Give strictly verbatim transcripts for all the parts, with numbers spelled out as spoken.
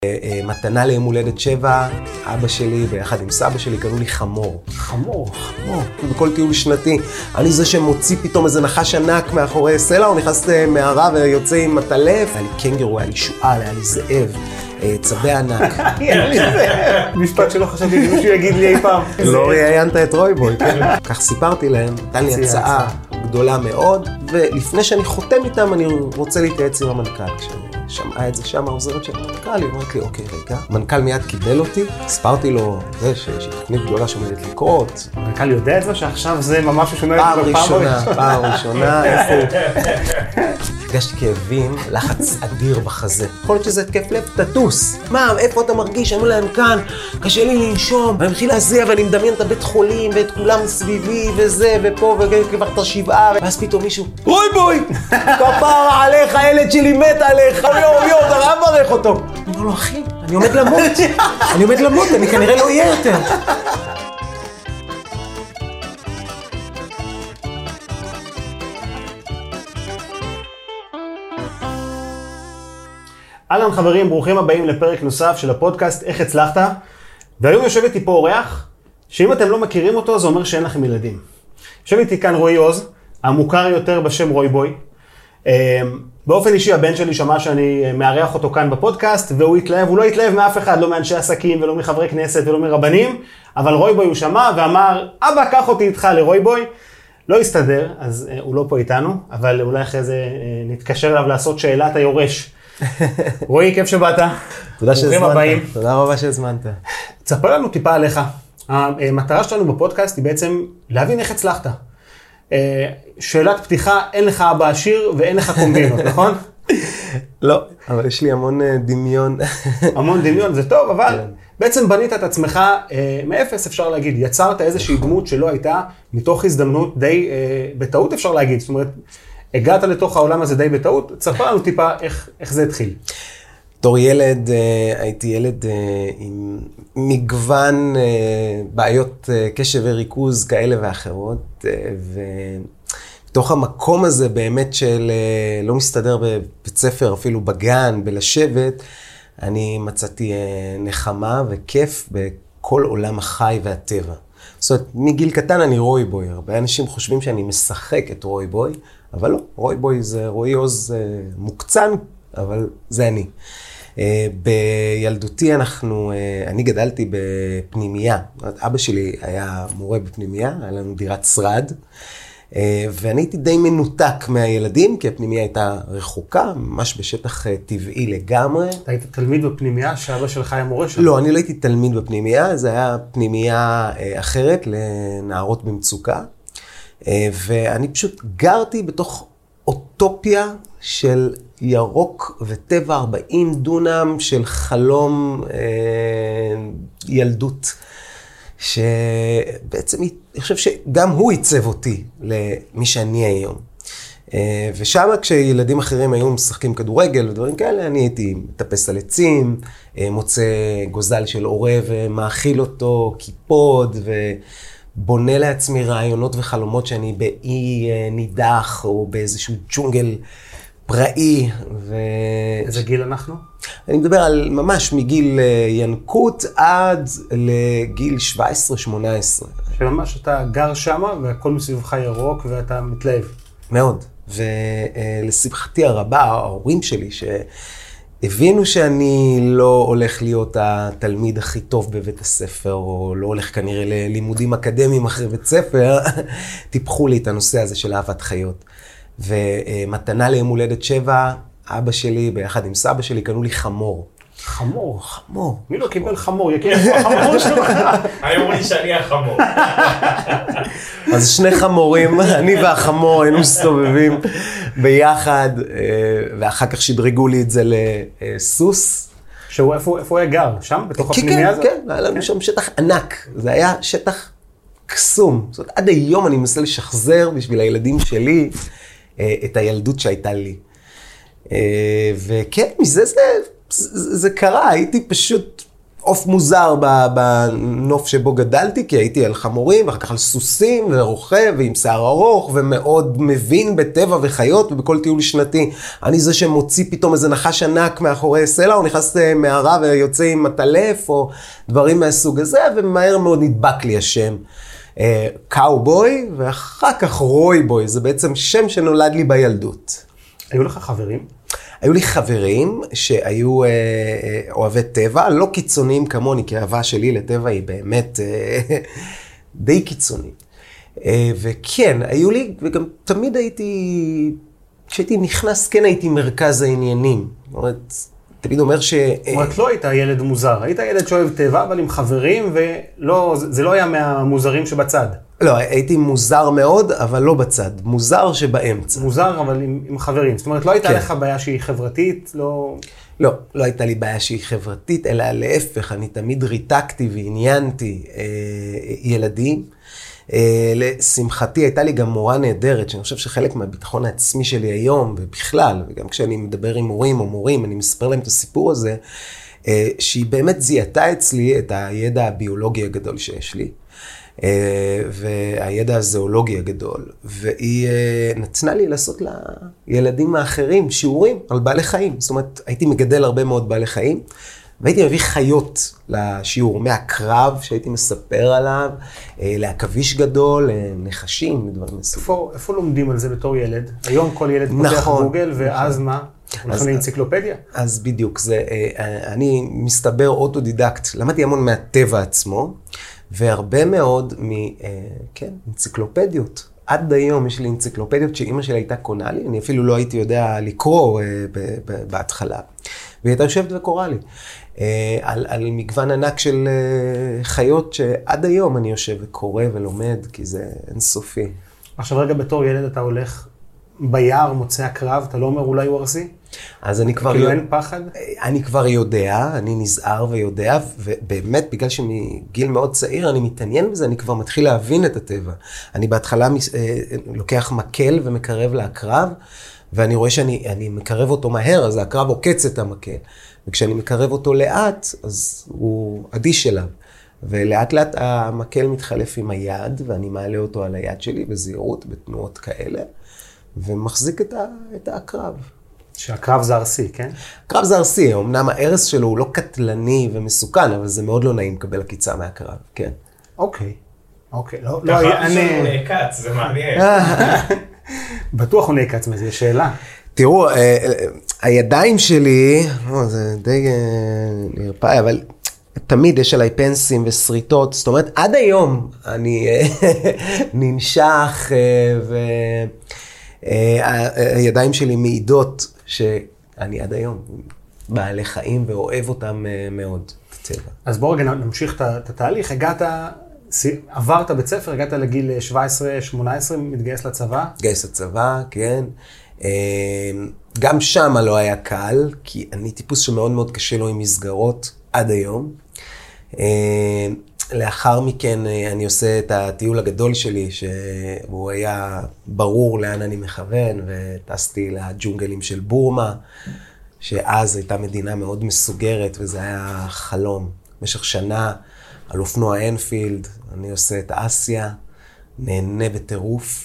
מתנה ליום הולדת שבע, אבא שלי ביחד עם סבא שלי קנו לי חמור. חמור? חמור. בכל טיול שנתי. אני זה שמוציא פתאום איזה נחש ענק מאחורי סלע, הוא נכנס מערה ויוצא עם מטלף. היה לי קנגרו, היה לי שועל, היה לי זאב, צבי ענק. היה לי זאב. משפט שלא חשבתי שמישהו יגיד לי אי פעם. לא ראיינת את רוי-בוי. כך סיפרתי להם, נתן לי הצעה גדולה מאוד, ולפני שאני חותם איתם אני רוצה להתייעץ עם המנכ"ל. שמעה את זה שם, העוזרת של המנכ"ל, היא אומרת לי, אוקיי, רגע. המנכ"ל מיד קיבל אותי, הסברתי לו זה שיש תוכנית גדולה שעומדת לקרות. המנכ"ל יודע את זה שעכשיו זה ממש שונה? פעם ראשונה, פעם ראשונה, איפה הוא? הרגשתי כאבים, לחץ אדיר בחזה. יכול להיות שזה התקף לב, תטוס. מה, איפה אתה מרגיש? אמרו להם כאן, קשה לי לנשום. ואני מתחיל להזיע ואני מדמיין את הבית חולים ואת כולם סביבי וזה ופה וכבר את השבעה. ואז פתאום מישהו, רוי-בוי! כפרה עליך, הילד שלי מת עליך. יו, יו, אתה רב ברך אותו. אני אומר לו, אחי, אני עומד למות. אני עומד למות, אני כנראה לא אהיה יותר. אהלן חברים, ברוכים הבאים לפרק נוסף של הפודקאסט איך הצלחת. והיום יושב איתי פה אורח, שאם אתם לא מכירים אותו, זה אומר שאין לכם ילדים. יושב איתי כאן רועי עוז, המוכר יותר בשם רוי-בוי. באופן אישי הבן שלי שמע שאני מארח אותו כאן בפודקאסט, והוא התלהב, הוא לא התלהב מאף אחד, לא מאנשי עסקים ולא מחברי כנסת ולא מרבנים, אבל רוי-בוי הוא שמע ואמר, אבא, קח אותי איתך לרוי-בוי. לא הסתדר, אז הוא לא פה איתנו, אבל אולי אחרי זה נתקשר אליו לעשות שאלת היורש. רועי, כיף שבאת. תודה שהזמנת. תודה רבה שהזמנת. תספר לנו טיפה עליך. המטרה שלנו בפודקאסט היא בעצם להבין איך הצלחת. שאלת פתיחה, אין לך אבא עשיר ואין לך קומבינות, נכון? לא, אבל יש לי המון דמיון. המון דמיון, זה טוב, אבל בעצם בנית את עצמך מאפס, אפשר להגיד. יצרת איזושהי דמות שלא הייתה מתוך הזדמנות די בטעות, אפשר להגיד. זאת אומרת, הגעת לתוך העולם הזה די בטעות, תספר לנו טיפה איך, איך זה התחיל. בתור ילד, הייתי ילד עם מגוון בעיות קשב וריכוז כאלה ואחרות, ובתוך המקום הזה באמת של לא מסתדר בבית ספר, אפילו בגן, בלשבת, אני מצאתי נחמה וכיף בכל עולם החי והטבע. זאת אומרת, מגיל קטן אני רוי-בוי, הרבה אנשים חושבים שאני משחק את רוי-בוי, אבל לא, רוי-בוי זה רועי עוז מוקצן, אבל זה אני. בילדותי אנחנו, אני גדלתי בפנימייה, אבא שלי היה מורה בפנימייה, היה לנו דירת שרד, ואני הייתי די מנותק מהילדים, כי הפנימייה הייתה רחוקה, ממש בשטח טבעי לגמרי. אתה היית תלמיד בפנימייה שאבא שלך היה מורה שם? לא, אני לא הייתי תלמיד בפנימייה, זה היה פנימייה אחרת לנערות במצוקה, ואני פשוט גרתי בתוך אוטופיה של ירוק וטבע, ארבעים דונם של חלום אה, ילדות, שבעצם אני חושב שגם הוא עיצב אותי למי שאני היום. אה, ושם כשילדים אחרים היו משחקים כדורגל ודברים כאלה, אני הייתי מטפס על עצים, אה, מוצא גוזל של עורב ומאכיל אותו, קיפוד ו... בונה לעצמי רעיונות וחלומות שאני באי נידח או באיזשהו ג'ונגל פראי. ו... איזה גיל אנחנו? אני מדבר על ממש מגיל ינקות עד לגיל שבע עשרה שמונה עשרה. שממש אתה גר שמה והכל מסביבך ירוק ואתה מתלהב. מאוד. ולשמחתי הרבה, ההורים שלי ש... הבינו שאני לא הולך להיות התלמיד הכי טוב בבית הספר, או לא הולך כנראה ללימודים אקדמיים אחרי בית ספר, טיפחו לי את הנושא הזה של אהבת חיות. ומתנה ליום הולדת שבע, אבא שלי ביחד עם סבא שלי קנו לי חמור. חמור? חמור. מי לא קיבל חמור? יקיר החמור שלך. אני אומר לי שאני החמור. אז שני חמורים, אני והחמור היינו מסתובבים ביחד, ואחר כך שדרגו לי את זה לסוס. שהוא, איפה, איפה הוא היה גר? שם? בתוך הפנימיה הזאת? כן, כן, היה לנו שם שטח ענק. זה היה שטח קסום. זאת אומרת, עד היום אני מנסה לשחזר בשביל הילדים שלי את הילדות שהייתה לי. וכן, מזה זה... זה, זה קרה, הייתי פשוט עוף מוזר בנוף שבו גדלתי, כי הייתי על חמורים, ואחר כך על סוסים ורוכב, ועם שיער ארוך, ומאוד מבין בטבע וחיות, ובכל טיול שנתי. אני זה שמוציא פתאום איזה נחש ענק מאחורי סלע, או נכנס מערה ויוצא עם מטלף, או דברים מהסוג הזה, ומהר מאוד נדבק לי השם. קאובוי, ואחר כך רויבוי, זה בעצם שם שנולד לי בילדות. היו לך חברים? היו לי חברים שהיו אה, אוהבי טבע, לא קיצוניים כמוני, כי האהבה שלי לטבע היא באמת אה, די קיצונית. אה, וכן, היו לי, וגם תמיד הייתי, כשהייתי נכנס, כן הייתי מרכז העניינים. זאת אומרת, תמיד אומר ש... זאת אומרת, לא היית ילד מוזר, היית ילד שאוהב טבע, אבל עם חברים, ולא, זה לא היה מהמוזרים שבצד. לא, הייתי מוזר מאוד, אבל לא בצד. מוזר שבאמצע. מוזר, אבל עם, עם חברים. זאת אומרת, לא הייתה כן. לך בעיה שהיא חברתית, לא... לא, לא הייתה לי בעיה שהיא חברתית, אלא להפך, אני תמיד ריתקתי ועניינתי אה, ילדים. אה, לשמחתי, הייתה לי גם מורה נהדרת, שאני חושב שחלק מהביטחון העצמי שלי היום, ובכלל, וגם כשאני מדבר עם מורים או מורים, אני מספר להם את הסיפור הזה, אה, שהיא באמת זיהתה אצלי את הידע הביולוגי הגדול שיש לי. והידע הזואולוגי הגדול, והיא נתנה לי לעשות לילדים האחרים שיעורים על בעלי חיים. זאת אומרת, הייתי מגדל הרבה מאוד בעלי חיים, והייתי מביא חיות לשיעור, מהקרב שהייתי מספר עליו, לעכביש גדול, נחשים, דברים מסוים. איפה, איפה לומדים על זה בתור ילד? היום כל ילד פותח נכון, גוגל, ואז נכון. מה? הולכים לאנציקלופדיה? אז בדיוק, זה, אני מסתבר אוטודידקט, למדתי המון מהטבע עצמו, והרבה מאוד מ... כן, אנציקלופדיות. עד היום יש לי אנציקלופדיות שאימא שלי הייתה קונה לי, אני אפילו לא הייתי יודע לקרוא בהתחלה. והיא הייתה יושבת וקוראה לי. על, על מגוון ענק של חיות שעד היום אני יושב וקורא ולומד, כי זה אינסופי. עכשיו רגע, בתור ילד אתה הולך ביער, מוצא הקרב, אתה לא אומר אולי הוא ארסי? אז אני כבר... כאילו אין פחד? אני כבר יודע, אני נזהר ויודע, ובאמת, בגלל שמגיל מאוד צעיר, אני מתעניין בזה, אני כבר מתחיל להבין את הטבע. אני בהתחלה לוקח מקל ומקרב לקרב, ואני רואה שאני אני מקרב אותו מהר, אז הקרב עוקץ את המקל. וכשאני מקרב אותו לאט, אז הוא אדיש אליו. ולאט לאט המקל מתחלף עם היד, ואני מעלה אותו על היד שלי בזהירות, בתנועות כאלה, ומחזיק את, ה, את הקרב. שהקרב זה ארסי, כן? הקרב זה ארסי, אמנם הארס שלו הוא לא קטלני ומסוכן, אבל זה מאוד לא נעים לקבל עקיצה מהקרב, כן. אוקיי, אוקיי, לא, לא, לא, אני... שהוא נעקץ, זה מעניין. בטוח הוא נעקץ מזה, יש שאלה. תראו, הידיים שלי, זה די נרפאי, אבל תמיד יש עליי פנסים וסריטות, זאת אומרת, עד היום אני ננשך, והידיים שלי מעידות שאני עד היום בעלי חיים ואוהב אותם מאוד, טבע. אז בואו רגע נמשיך את התהליך, הגעת, עברת בית ספר, הגעת לגיל שבע עשרה שמונה עשרה, מתגייס לצבא? מתגייס לצבא, כן. גם שם לא היה קל, כי אני טיפוס שמאוד מאוד קשה לו עם מסגרות עד היום. לאחר מכן אני עושה את הטיול הגדול שלי, שהוא היה ברור לאן אני מכוון, וטסתי לג'ונגלים של בורמה, שאז הייתה מדינה מאוד מסוגרת, וזה היה חלום. במשך שנה על אופנוע אנפילד, אני עושה את אסיה, נהנה בטירוף,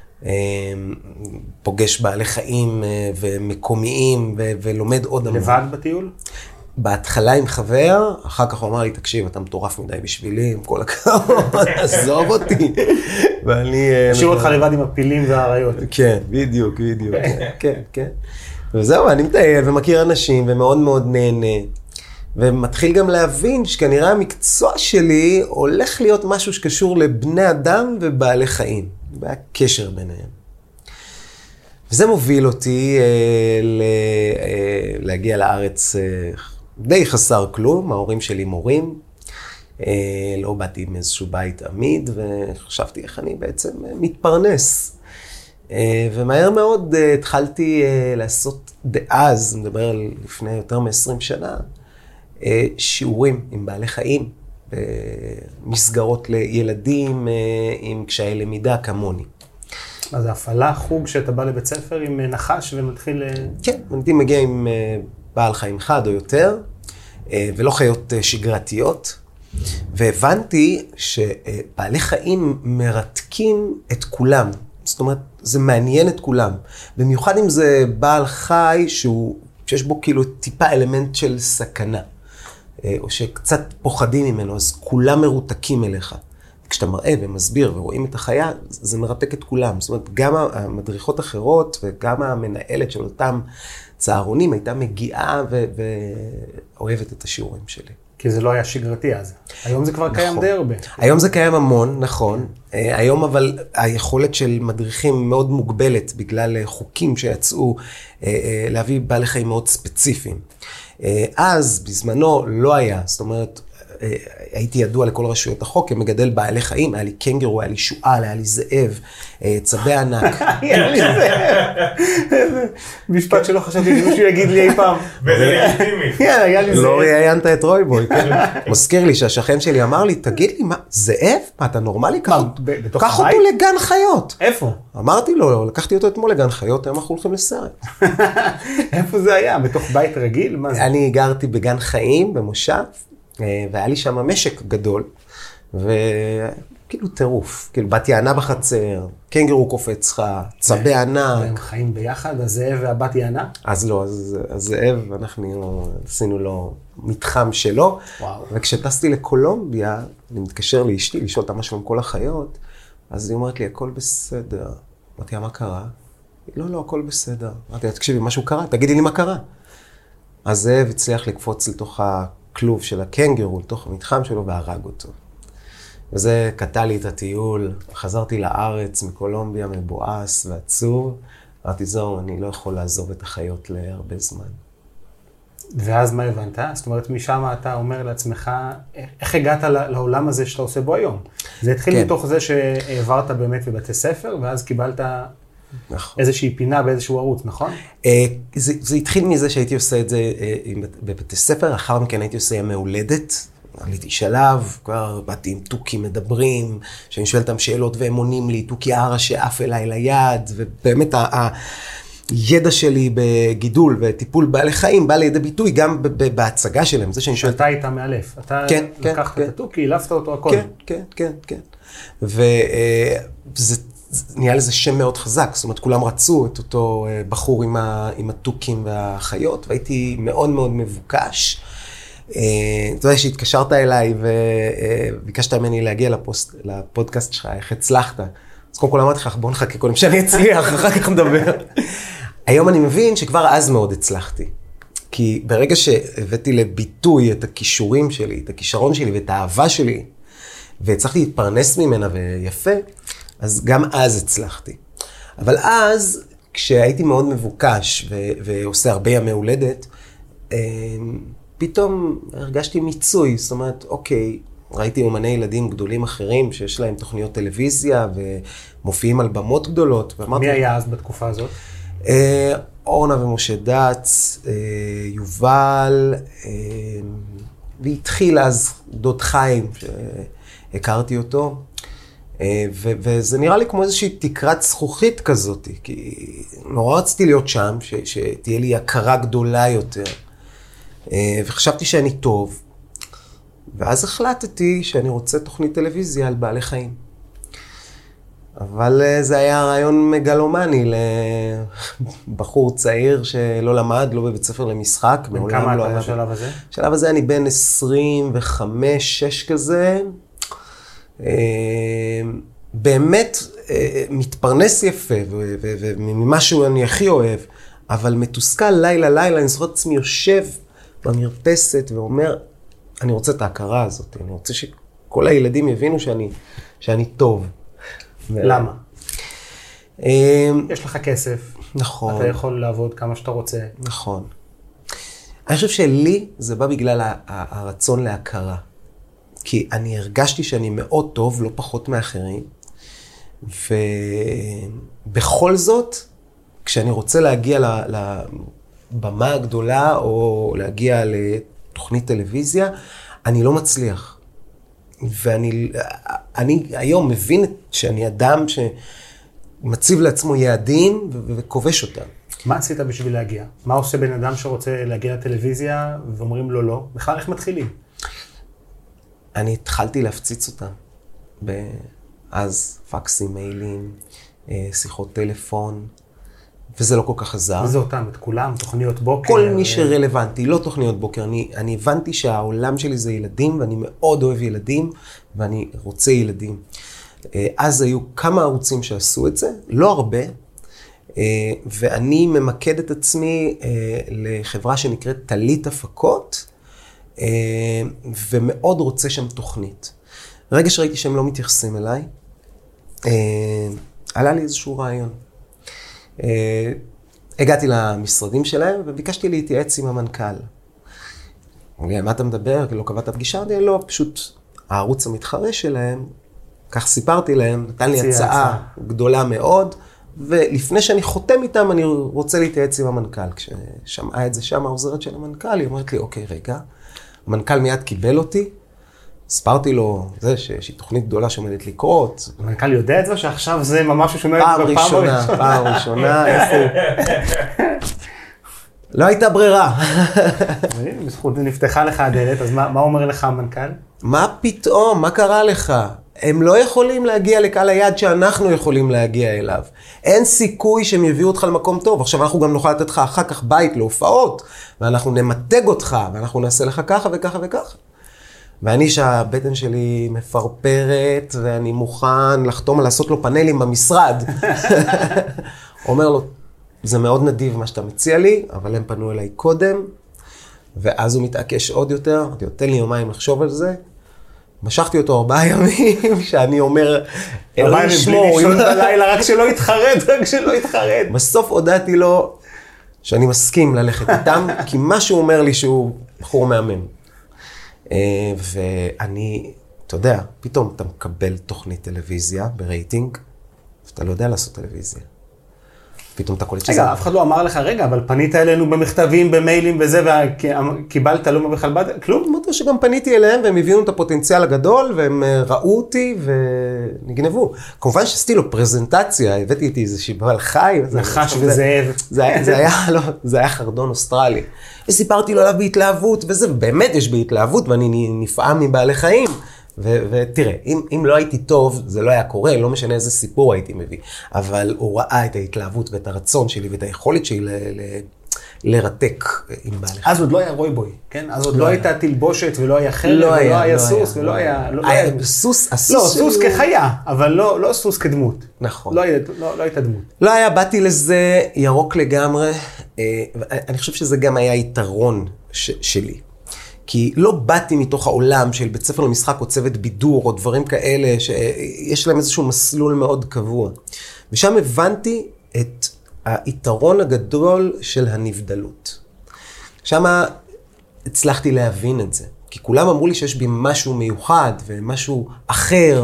פוגש בעלי חיים ומקומיים, ולומד עוד המון. לבד בטיול? בהתחלה עם חבר, אחר כך הוא אמר לי, תקשיב, אתה מטורף מדי בשבילי, עם כל הכבוד, עזוב אותי. ואני... השאיר אותך לבד עם הפילים והאריות. כן, בדיוק, בדיוק, כן, כן. וזהו, אני מטייל ומכיר אנשים ומאוד מאוד נהנה. ומתחיל גם להבין שכנראה המקצוע שלי הולך להיות משהו שקשור לבני אדם ובעלי חיים. והקשר ביניהם. וזה מוביל אותי אה, ל, אה, להגיע לארץ אה, די חסר כלום, ההורים שלי מורים, אה, לא באתי עם איזשהו בית עמיד, וחשבתי איך אני בעצם מתפרנס. אה, ומהר מאוד אה, התחלתי אה, לעשות דאז, מדבר על לפני יותר מ-עשרים שנה, אה, שיעורים עם בעלי חיים, מסגרות לילדים אה, עם קשיי למידה כמוני. אז הפעלה, חוג שאתה בא לבית ספר עם נחש ומתחיל... כן, אני מגיע עם בעל חיים אחד או יותר, ולא חיות שגרתיות. והבנתי שבעלי חיים מרתקים את כולם. זאת אומרת, זה מעניין את כולם. במיוחד אם זה בעל חי שהוא, שיש בו כאילו טיפה אלמנט של סכנה, או שקצת פוחדים ממנו, אז כולם מרותקים אליך. כשאתה מראה ומסביר ורואים את החיה, זה מרתק את כולם. זאת אומרת, גם המדריכות אחרות וגם המנהלת של אותם צהרונים הייתה מגיעה ואוהבת את השיעורים שלי. כי זה לא היה שגרתי אז. היום זה כבר נכון. קיים די הרבה. היום זה קיים המון, נכון. היום אבל היכולת של מדריכים מאוד מוגבלת בגלל חוקים שיצאו להביא בעלי חיים מאוד ספציפיים. אז בזמנו לא היה, זאת אומרת, הייתי ידוע לכל רשויות החוק, כמגדל בעלי חיים, היה לי קנגרו, היה לי שועל, היה לי זאב, צבי ענק. היה לי זאב. משפט שלא חשבתי שמישהו יגיד לי אי פעם. וזה לגיטימי. היה לי זאב. לא ראיינת את רויבוי. מזכיר לי שהשכן שלי אמר לי, תגיד לי, מה, זאב? מה, אתה נורמלי? קח אותו לגן חיות. איפה? אמרתי לו, לקחתי אותו אתמול לגן חיות, היום אנחנו הולכים לסרט. איפה זה היה? בתוך בית רגיל? מה זה? אני גרתי בגן חיים, במושב. והיה לי שם משק גדול, וכאילו טירוף, כאילו בת יענה בחצר, קנגרו קופץ לך, צבי ענק. והם חיים ביחד, הזאב והבת יענה? אז לא, אז הזאב, אנחנו עשינו לו מתחם שלו, וואו. וכשטסתי לקולומביה, אני מתקשר לאשתי, לשאול אותה משהו עם כל החיות, אז היא אומרת לי, הכל בסדר. אמרתי, מה קרה? לא, לא, הכל בסדר. אמרתי, תקשיבי, משהו קרה, תגידי לי מה קרה. הזאב הצליח לקפוץ לתוך ה... כלוב של הקנגרו, לתוך המתחם שלו, והרג אותו. וזה קטע לי את הטיול. חזרתי לארץ מקולומביה, מבואס ועצוב. אמרתי, זהו, אני לא יכול לעזוב את החיות להרבה זמן. ואז מה הבנת? זאת אומרת, משם אתה אומר לעצמך, איך הגעת לעולם הזה שאתה עושה בו היום? זה התחיל כן. מתוך זה שהעברת באמת בבתי ספר, ואז קיבלת נכון. איזושהי פינה באיזשהו ערוץ, נכון? זה, זה התחיל מזה שהייתי עושה את זה בבתי ספר, אחר מכן הייתי עושה ימי הולדת, עליתי שלב, כבר באתי עם טוקים מדברים, שאני שואל אותם שאלות והם עונים לי, טוקי ערה שעף אליי ליד, ובאמת הידע שלי בגידול וטיפול בעלי חיים בא לידי ביטוי גם בהצגה שלהם, זה שאני שואל... אתה היית מאלף, אתה כן, לקחת כן, את הטוקי, העלפת אותו הכל. כן, כן, כן, כן. וזה... נהיה לזה שם מאוד חזק, זאת אומרת, כולם רצו את אותו בחור עם, ה, עם הטוקים והחיות, והייתי מאוד מאוד מבוקש. אתה יודע שהתקשרת אליי וביקשת ממני להגיע לפוסט, לפודקאסט שלך, איך הצלחת? אז קודם כל אמרתי לך, בוא נחכה קודם שאני אצליח, אחר כך נדבר. היום אני מבין שכבר אז מאוד הצלחתי. כי ברגע שהבאתי לביטוי את הכישורים שלי, את הכישרון שלי ואת האהבה שלי, והצלחתי להתפרנס ממנה ויפה, אז גם אז הצלחתי. אבל אז, כשהייתי מאוד מבוקש ו- ועושה הרבה ימי הולדת, פתאום הרגשתי מיצוי. זאת אומרת, אוקיי, ראיתי אומני ילדים גדולים אחרים שיש להם תוכניות טלוויזיה ומופיעים על במות גדולות. מי היה אז בתקופה הזאת? אורנה ומשה דץ, יובל, והתחיל אז דוד חיים, שהכרתי אותו. ו- וזה נראה לי כמו איזושהי תקרת זכוכית כזאת, כי נורא רציתי להיות שם, ש- שתהיה לי הכרה גדולה יותר. וחשבתי שאני טוב, ואז החלטתי שאני רוצה תוכנית טלוויזיה על בעלי חיים. אבל זה היה רעיון מגלומני לבחור צעיר שלא למד, לא בבית ספר למשחק. בן כמה אתה בשלב הזה? בשלב הזה אני בין עשרים וחמש שש כזה. באמת מתפרנס יפה, וממשהו אני הכי אוהב, אבל מתוסכל לילה לילה, אני זוכר את עצמי יושב במרפסת ואומר, אני רוצה את ההכרה הזאת, אני רוצה שכל הילדים יבינו שאני, שאני טוב. למה? יש לך כסף. נכון. אתה יכול לעבוד כמה שאתה רוצה. נכון. אני חושב שלי זה בא בגלל הרצון להכרה. כי אני הרגשתי שאני מאוד טוב, לא פחות מאחרים. ובכל זאת, כשאני רוצה להגיע לבמה הגדולה, או להגיע לתוכנית טלוויזיה, אני לא מצליח. ואני אני היום מבין שאני אדם שמציב לעצמו יעדים וכובש אותם. מה עשית בשביל להגיע? מה עושה בן אדם שרוצה להגיע לטלוויזיה ואומרים לו לא? בכלל איך מתחילים? אני התחלתי להפציץ אותם. אז פקסים, מיילים, שיחות טלפון, וזה לא כל כך עזר. וזה אותם, את כולם, תוכניות בוקר. כל מי שרלוונטי, לא תוכניות בוקר. אני, אני הבנתי שהעולם שלי זה ילדים, ואני מאוד אוהב ילדים, ואני רוצה ילדים. אז היו כמה ערוצים שעשו את זה, לא הרבה, ואני ממקד את עצמי לחברה שנקראת תלית הפקות, ומאוד רוצה שם תוכנית. רגע שראיתי שהם לא מתייחסים אליי, עלה לי איזשהו רעיון. הגעתי למשרדים שלהם וביקשתי להתייעץ עם המנכ"ל. אמרו לי, מה אתה מדבר? לא קבעת פגישה? אמרתי, לא, פשוט הערוץ המתחרה שלהם, כך סיפרתי להם, נתן לי הצעה גדולה מאוד, ולפני שאני חותם איתם, אני רוצה להתייעץ עם המנכ"ל. כששמעה את זה שם, העוזרת של המנכ"ל, היא אומרת לי, אוקיי, רגע, המנכ"ל מיד קיבל אותי, הסברתי לו, זה שיש לי תוכנית גדולה שעומדת לקרות. המנכ"ל יודע את זה, שעכשיו זה ממש שומע את זה בפעם ראשונה. פעם ראשונה, איפה הוא? לא הייתה ברירה. בזכות נפתחה לך הדלת, אז מה אומר לך המנכ"ל? מה פתאום? מה קרה לך? הם לא יכולים להגיע לקהל היד שאנחנו יכולים להגיע אליו. אין סיכוי שהם יביאו אותך למקום טוב. עכשיו אנחנו גם נוכל לתת לך אחר כך בית להופעות, ואנחנו נמתג אותך, ואנחנו נעשה לך ככה וככה וככה. ואני שהבטן שלי מפרפרת, ואני מוכן לחתום לעשות לו פאנלים במשרד. אומר לו, זה מאוד נדיב מה שאתה מציע לי, אבל הם פנו אליי קודם, ואז הוא מתעקש עוד יותר, אמרתי, תן לי יומיים לחשוב על זה. משכתי אותו ארבעה ימים, שאני אומר, אלוהים שמור. בלי לישון בלילה, רק שלא יתחרד, רק שלא יתחרד. בסוף הודעתי לו שאני מסכים ללכת איתם, כי מה שהוא אומר לי שהוא בחור מהמם. ואני, אתה יודע, פתאום אתה מקבל תוכנית טלוויזיה ברייטינג, ואתה לא יודע לעשות טלוויזיה. פתאום אתה קולט שזה... רגע, אף אחד לא אמר לך, רגע, אבל פנית אלינו במכתבים, במיילים וזה, וקיבלת לא מבחלבד, כלום? אמרתי שגם פניתי אליהם, והם הביאו את הפוטנציאל הגדול, והם ראו אותי ונגנבו. כמובן שעשיתי לו פרזנטציה, הבאתי איתי איזושהי בעל חי. נחש וזאב. זה היה חרדון אוסטרלי. וסיפרתי לו עליו בהתלהבות, וזה באמת יש בהתלהבות, ואני נפעם מבעלי חיים. ותראה, אם, אם לא הייתי טוב, זה לא היה קורה, לא משנה איזה סיפור הייתי מביא. אבל הוא ראה את ההתלהבות ואת הרצון שלי ואת היכולת שלי ל, ל, לרתק עם בעלי חיים. אז עוד לא היה רויבוי, כן? אז עוד לא הייתה תלבושת ולא היה חרב, ולא היה סוס, ולא היה... היה סוס, הסוס לא, סוס כחיה, אבל לא סוס כדמות. נכון. לא הייתה דמות. לא היה, באתי לזה ירוק לגמרי. אני חושב שזה גם היה יתרון שלי. כי לא באתי מתוך העולם של בית ספר למשחק או צוות בידור או דברים כאלה שיש להם איזשהו מסלול מאוד קבוע. ושם הבנתי את היתרון הגדול של הנבדלות. שם הצלחתי להבין את זה. כי כולם אמרו לי שיש בי משהו מיוחד ומשהו אחר.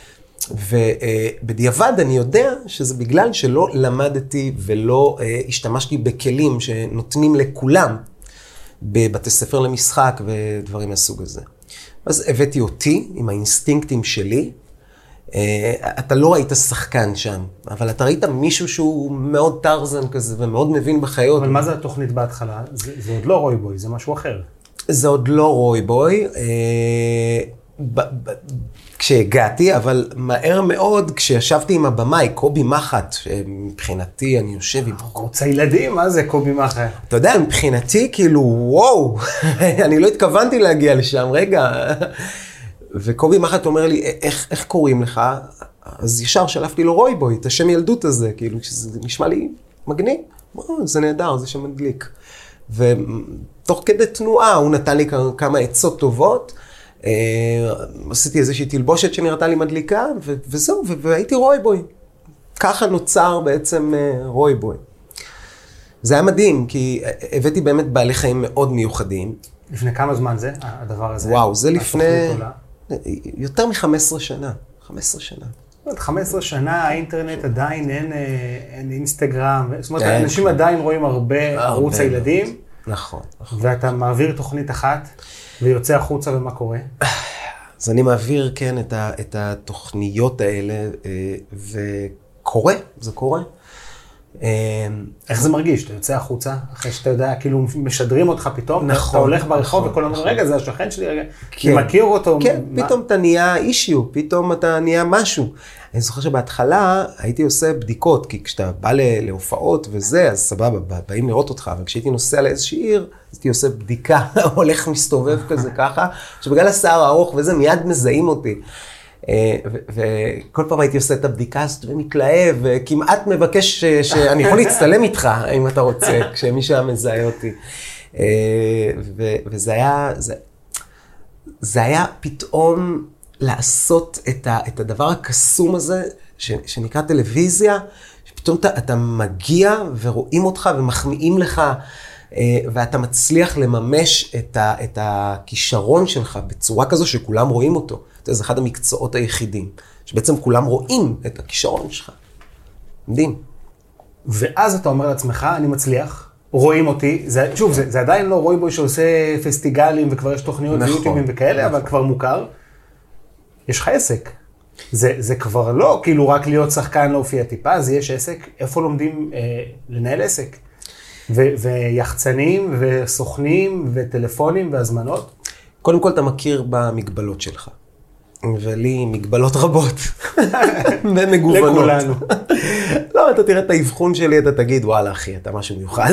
ובדיעבד אני יודע שזה בגלל שלא למדתי ולא השתמשתי בכלים שנותנים לכולם. בבתי ספר למשחק ודברים מהסוג הזה. אז הבאתי אותי עם האינסטינקטים שלי. אתה לא ראית שחקן שם, אבל אתה ראית מישהו שהוא מאוד טרזן כזה ומאוד מבין בחיות. אבל מה זה התוכנית בהתחלה? זה, זה עוד לא רויבוי, זה משהו אחר. זה עוד לא רויבוי. ב- ב- כשהגעתי, אבל מהר מאוד, כשישבתי עם הבמאי, קובי מחט, מבחינתי אני יושב עם... רוצה ילדים, מה זה קובי מחט? אתה יודע, מבחינתי כאילו, וואו, אני לא התכוונתי להגיע לשם, רגע. וקובי מחט אומר לי, איך, איך קוראים לך? אז ישר שלפתי לו רויבוי, את השם ילדות הזה, כאילו, שזה נשמע לי מגניב. זה נהדר, זה שם מדליק. ותוך כדי תנועה, הוא נתן לי כמה עצות טובות, עשיתי איזושהי תלבושת שנראתה לי מדליקה, וזהו, והייתי רויבוי. ככה נוצר בעצם רויבוי. זה היה מדהים, כי הבאתי באמת בעלי חיים מאוד מיוחדים. לפני כמה זמן זה, הדבר הזה? וואו, זה לפני יותר מ-חמש עשרה שנה. חמש עשרה שנה. חמש עשרה שנה, האינטרנט עדיין אין, אין אינסטגרם, זאת אומרת, אנשים עדיין רואים הרבה ערוץ הילדים. נכון. ואתה מעביר תוכנית אחת, ויוצא החוצה ומה קורה? אז אני מעביר, כן, את, ה, את התוכניות האלה, וקורה, זה קורה. איך זה מרגיש? אתה יוצא החוצה, אחרי שאתה יודע, כאילו משדרים אותך פתאום, נכון, אתה הולך ברחוב נכון, וכל הזמן, נכון. רגע, זה השכן שלי, רגע, כן. אני מכיר אותו. כן, מה? פתאום אתה נהיה אישיו, פתאום אתה נהיה משהו. אני זוכר שבהתחלה הייתי עושה בדיקות, כי כשאתה בא להופעות וזה, אז סבבה, באים לראות אותך, אבל כשהייתי נוסע לאיזושהי עיר, אז הייתי עושה בדיקה, הולך מסתובב כזה ככה, שבגלל השיער הארוך וזה, מיד מזהים אותי. וכל פעם הייתי עושה את הבדיקה הזאת ומתלהב, וכמעט מבקש שאני יכול להצטלם איתך, אם אתה רוצה, כשמישהו מזהה אותי. וזה היה, זה, זה היה פתאום לעשות את, ה, את הדבר הקסום הזה, ש, שנקרא טלוויזיה, שפתאום אתה, אתה מגיע ורואים אותך ומחמיאים לך, ואתה מצליח לממש את, ה, את הכישרון שלך בצורה כזו שכולם רואים אותו. זה אחד המקצועות היחידים, שבעצם כולם רואים את הכישרון שלך. מדהים. ואז אתה אומר לעצמך, אני מצליח, רואים אותי, זה, שוב, זה, זה עדיין לא רוי בוי שעושה פסטיגלים וכבר יש תוכניות נכון, ויוטיובים וכאלה, נכון. אבל כבר מוכר. יש לך עסק. זה, זה כבר לא כאילו רק להיות שחקן להופיע טיפה, זה יש עסק, איפה לומדים אה, לנהל עסק. ו, ויחצנים וסוכנים וטלפונים והזמנות. קודם כל אתה מכיר במגבלות שלך. ולי מגבלות רבות, ומגוונות. לכולנו. לא, אתה תראה את האבחון שלי, אתה תגיד, וואלה אחי, אתה משהו מיוחד.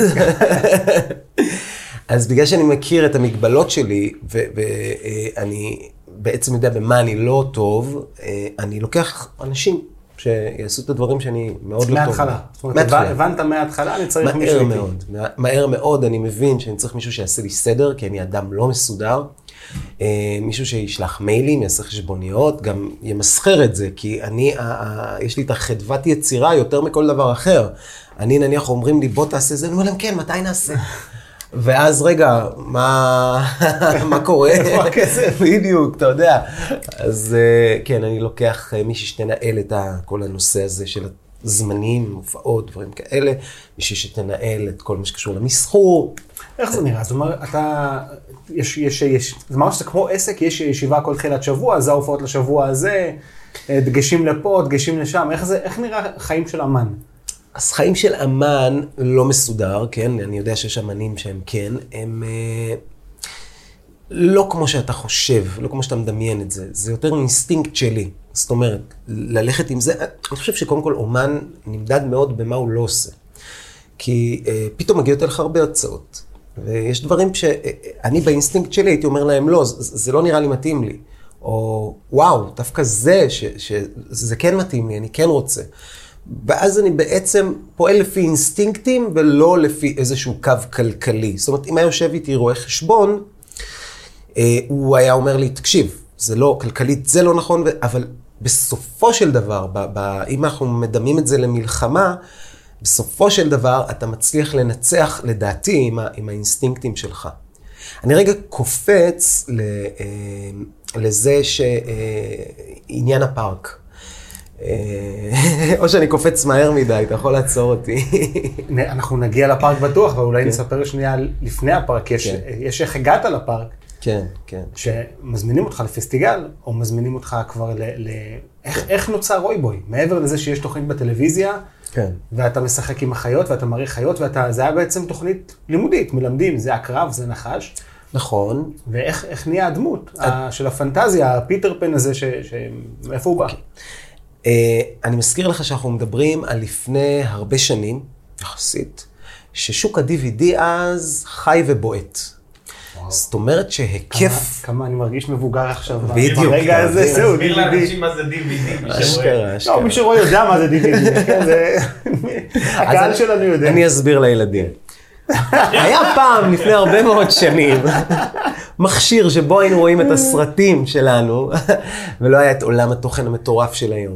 אז בגלל שאני מכיר את המגבלות שלי, ואני בעצם יודע במה אני לא טוב, אני לוקח אנשים שיעשו את הדברים שאני מאוד לא טוב. מההתחלה. זאת אומרת, הבנת מההתחלה, אני צריך מישהו איתי. מהר מאוד. מהר מאוד אני מבין שאני צריך מישהו שיעשה לי סדר, כי אני אדם לא מסודר. מישהו שישלח מיילים, יעשה חשבוניות, גם ימסחר את זה, כי אני, יש לי את החדוות יצירה יותר מכל דבר אחר. אני נניח אומרים לי, בוא תעשה זה, אני אומר להם, כן, מתי נעשה? ואז רגע, מה, מה קורה? איפה הכסף? בדיוק, אתה יודע. אז כן, אני לוקח מישהי שתנהל את כל הנושא הזה של זמנים, הופעות, דברים כאלה, מישהי שתנהל את כל מה שקשור למסחור. איך זה נראה? זאת אומרת, אתה, יש, יש, יש, זה ממש זה כמו עסק, יש ישיבה כל תחילת שבוע, זה ההופעות לשבוע הזה, דגשים לפה, דגשים לשם, איך זה, איך נראה חיים של אמן? אז חיים של אמן לא מסודר, כן, אני יודע שיש אמנים שהם כן, הם אה, לא כמו שאתה חושב, לא כמו שאתה מדמיין את זה, זה יותר אינסטינקט שלי, זאת אומרת, ללכת עם זה, אני חושב שקודם כל אומן נמדד מאוד במה הוא לא עושה, כי אה, פתאום מגיעות אליך הרבה הצעות, ויש דברים שאני באינסטינקט שלי הייתי אומר להם, לא, זה, זה לא נראה לי מתאים לי. או וואו, דווקא זה, ש, שזה כן מתאים לי, אני כן רוצה. ואז אני בעצם פועל לפי אינסטינקטים, ולא לפי איזשהו קו כלכלי. זאת אומרת, אם היה יושב איתי רואה חשבון, הוא היה אומר לי, תקשיב, זה לא, כלכלית זה לא נכון, אבל בסופו של דבר, ב, ב, אם אנחנו מדמים את זה למלחמה, בסופו של דבר אתה מצליח לנצח, לדעתי, עם, ה, עם האינסטינקטים שלך. אני רגע קופץ ל, לזה שעניין הפארק. או שאני קופץ מהר מדי, אתה יכול לעצור אותי. אנחנו נגיע לפארק בטוח, ואולי נספר שנייה לפני הפארק. יש איך הגעת לפארק. כן, כן. שמזמינים אותך לפסטיגל, או מזמינים אותך כבר ל... איך נוצר רוי בוי? מעבר לזה שיש תוכנית בטלוויזיה, כן. ואתה משחק עם החיות, ואתה מראה חיות, וזה היה בעצם תוכנית לימודית, מלמדים, זה הקרב, זה נחש. נכון. ואיך נהיה הדמות של הפנטזיה, הפיטר פן הזה, מאיפה הוא בא? אני מזכיר לך שאנחנו מדברים על לפני הרבה שנים, יחסית, ששוק ה-די וי די אז חי ובועט. זאת אומרת שהיקף... כמה אני מרגיש מבוגר עכשיו. בדיוק. ברגע הזה, זהו, די וי די. תסביר לאנשים מה זה די וי די. אשכרה, אשכרה. לא, מי שרואה יודע מה זה די וי די. הקהל שלנו יודע. אני אסביר לילדים. היה פעם, לפני הרבה מאוד שנים, מכשיר שבו היינו רואים את הסרטים שלנו, ולא היה את עולם התוכן המטורף של היום.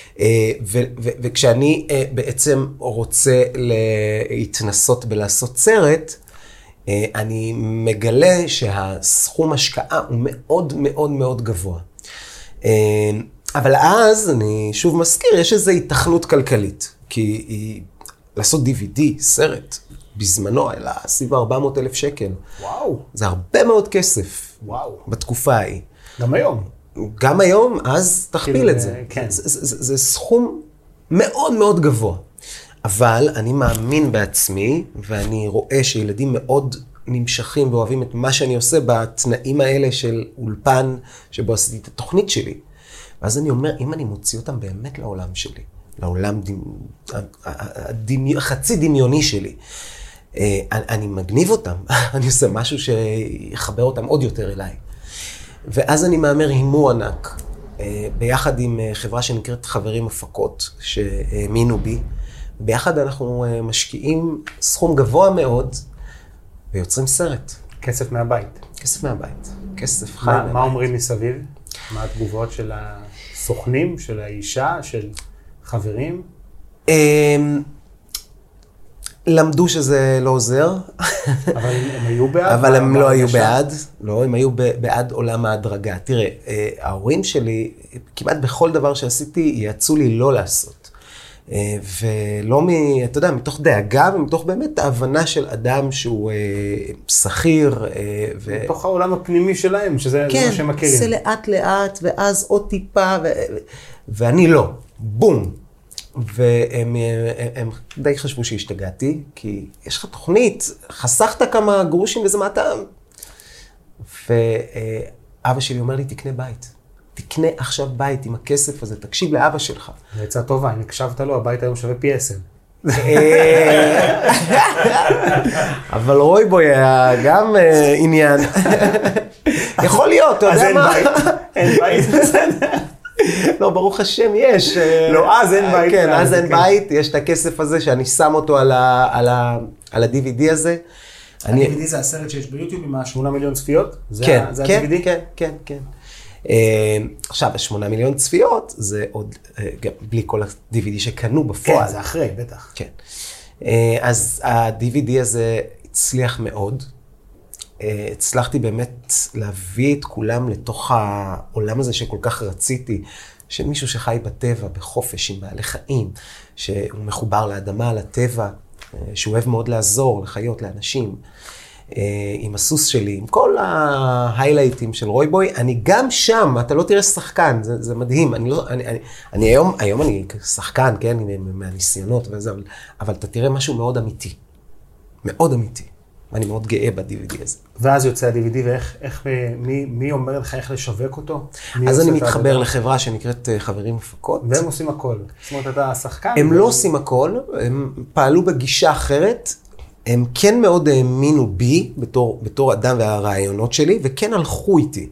וכשאני בעצם רוצה להתנסות בלעשות סרט, אני מגלה שהסכום השקעה הוא מאוד מאוד מאוד גבוה. אבל אז, אני שוב מזכיר, יש איזו התכנות כלכלית, כי לעשות די וי די, סרט, בזמנו, אלא סביב ארבע מאות אלף שקל. וואו. זה הרבה מאוד כסף. וואו. בתקופה ההיא. גם היום. גם היום, אז תכפיל את זה. כן. זה, זה, זה, זה סכום מאוד מאוד גבוה. אבל אני מאמין בעצמי, ואני רואה שילדים מאוד נמשכים ואוהבים את מה שאני עושה בתנאים האלה של אולפן, שבו עשיתי את התוכנית שלי. ואז אני אומר, אם אני מוציא אותם באמת לעולם שלי, לעולם חצי דמיוני שלי, אני מגניב אותם, אני עושה משהו שיחבר אותם עוד יותר אליי. ואז אני מאמר הימור ענק, ביחד עם חברה שנקראת חברים הפקות, שהאמינו בי. ביחד אנחנו משקיעים סכום גבוה מאוד, ויוצרים סרט. כסף מהבית. כסף מהבית. כסף חי מה, מהבית. מה אומרים מסביב? מה התגובות של הסוכנים, של האישה, של חברים? למדו שזה לא עוזר. אבל הם היו בעד? אבל הם לא היו בעד. לא, הם היו בעד עולם ההדרגה. תראה, ההורים שלי, כמעט בכל דבר שעשיתי, יעצו לי לא לעשות. ולא מ... אתה יודע, מתוך דאגה ומתוך באמת ההבנה של אדם שהוא שכיר. ו... מתוך העולם הפנימי שלהם, שזה כן, מה שהם מכירים. כן, זה לאט לאט, ואז עוד טיפה, ו... ואני לא. בום. והם הם די חשבו שהשתגעתי, כי יש לך תוכנית, חסכת כמה גרושים וזה מה טעם. ואבא שלי אומר לי, תקנה בית. תקנה עכשיו בית עם הכסף הזה, תקשיב לאבא שלך. זו עצה טובה, אם הקשבת לו, הבית היום שווה פי עשר. אבל רויבוי היה גם עניין. יכול להיות, אתה יודע מה? אז אין בית, אין בית, בסדר. לא, ברוך השם, יש. לא, אז אין בית. כן, אז אין בית, יש את הכסף הזה שאני שם אותו על ה-די וי די הזה. ה-די וי די זה הסרט שיש ביוטיוב עם השמונה מיליון צפיות? כן, זה ה-די וי די? כן, כן, כן. עכשיו, השמונה מיליון צפיות, זה עוד, בלי כל ה-די וי די שקנו בפועל. כן, זה אחרי, בטח. כן. אז ה-די וי די הזה הצליח מאוד. הצלחתי באמת להביא את כולם לתוך העולם הזה שכל כך רציתי, של מישהו שחי בטבע, בחופש, עם בעלי חיים, שהוא מחובר לאדמה, לטבע, שהוא אוהב מאוד לעזור לחיות, לאנשים. עם הסוס שלי, עם כל ההיילייטים של רויבוי, אני גם שם, אתה לא תראה שחקן, זה, זה מדהים. אני, לא, אני, אני, אני היום, היום אני שחקן, כן, מהניסיונות וזה, אבל, אבל אתה תראה משהו מאוד אמיתי. מאוד אמיתי. ואני מאוד גאה ב-די וי די הזה. ואז יוצא ה-די וי די, ואיך, איך, מי, מי אומר לך איך לשווק אותו? אז אני מתחבר לחברה שנקראת חברים הפקות. והם עושים הכל. זאת אומרת, אתה שחקן? הם לא עושים הכל, הם פעלו בגישה אחרת, הם כן מאוד האמינו בי, בתור, בתור אדם והרעיונות שלי, וכן הלכו איתי.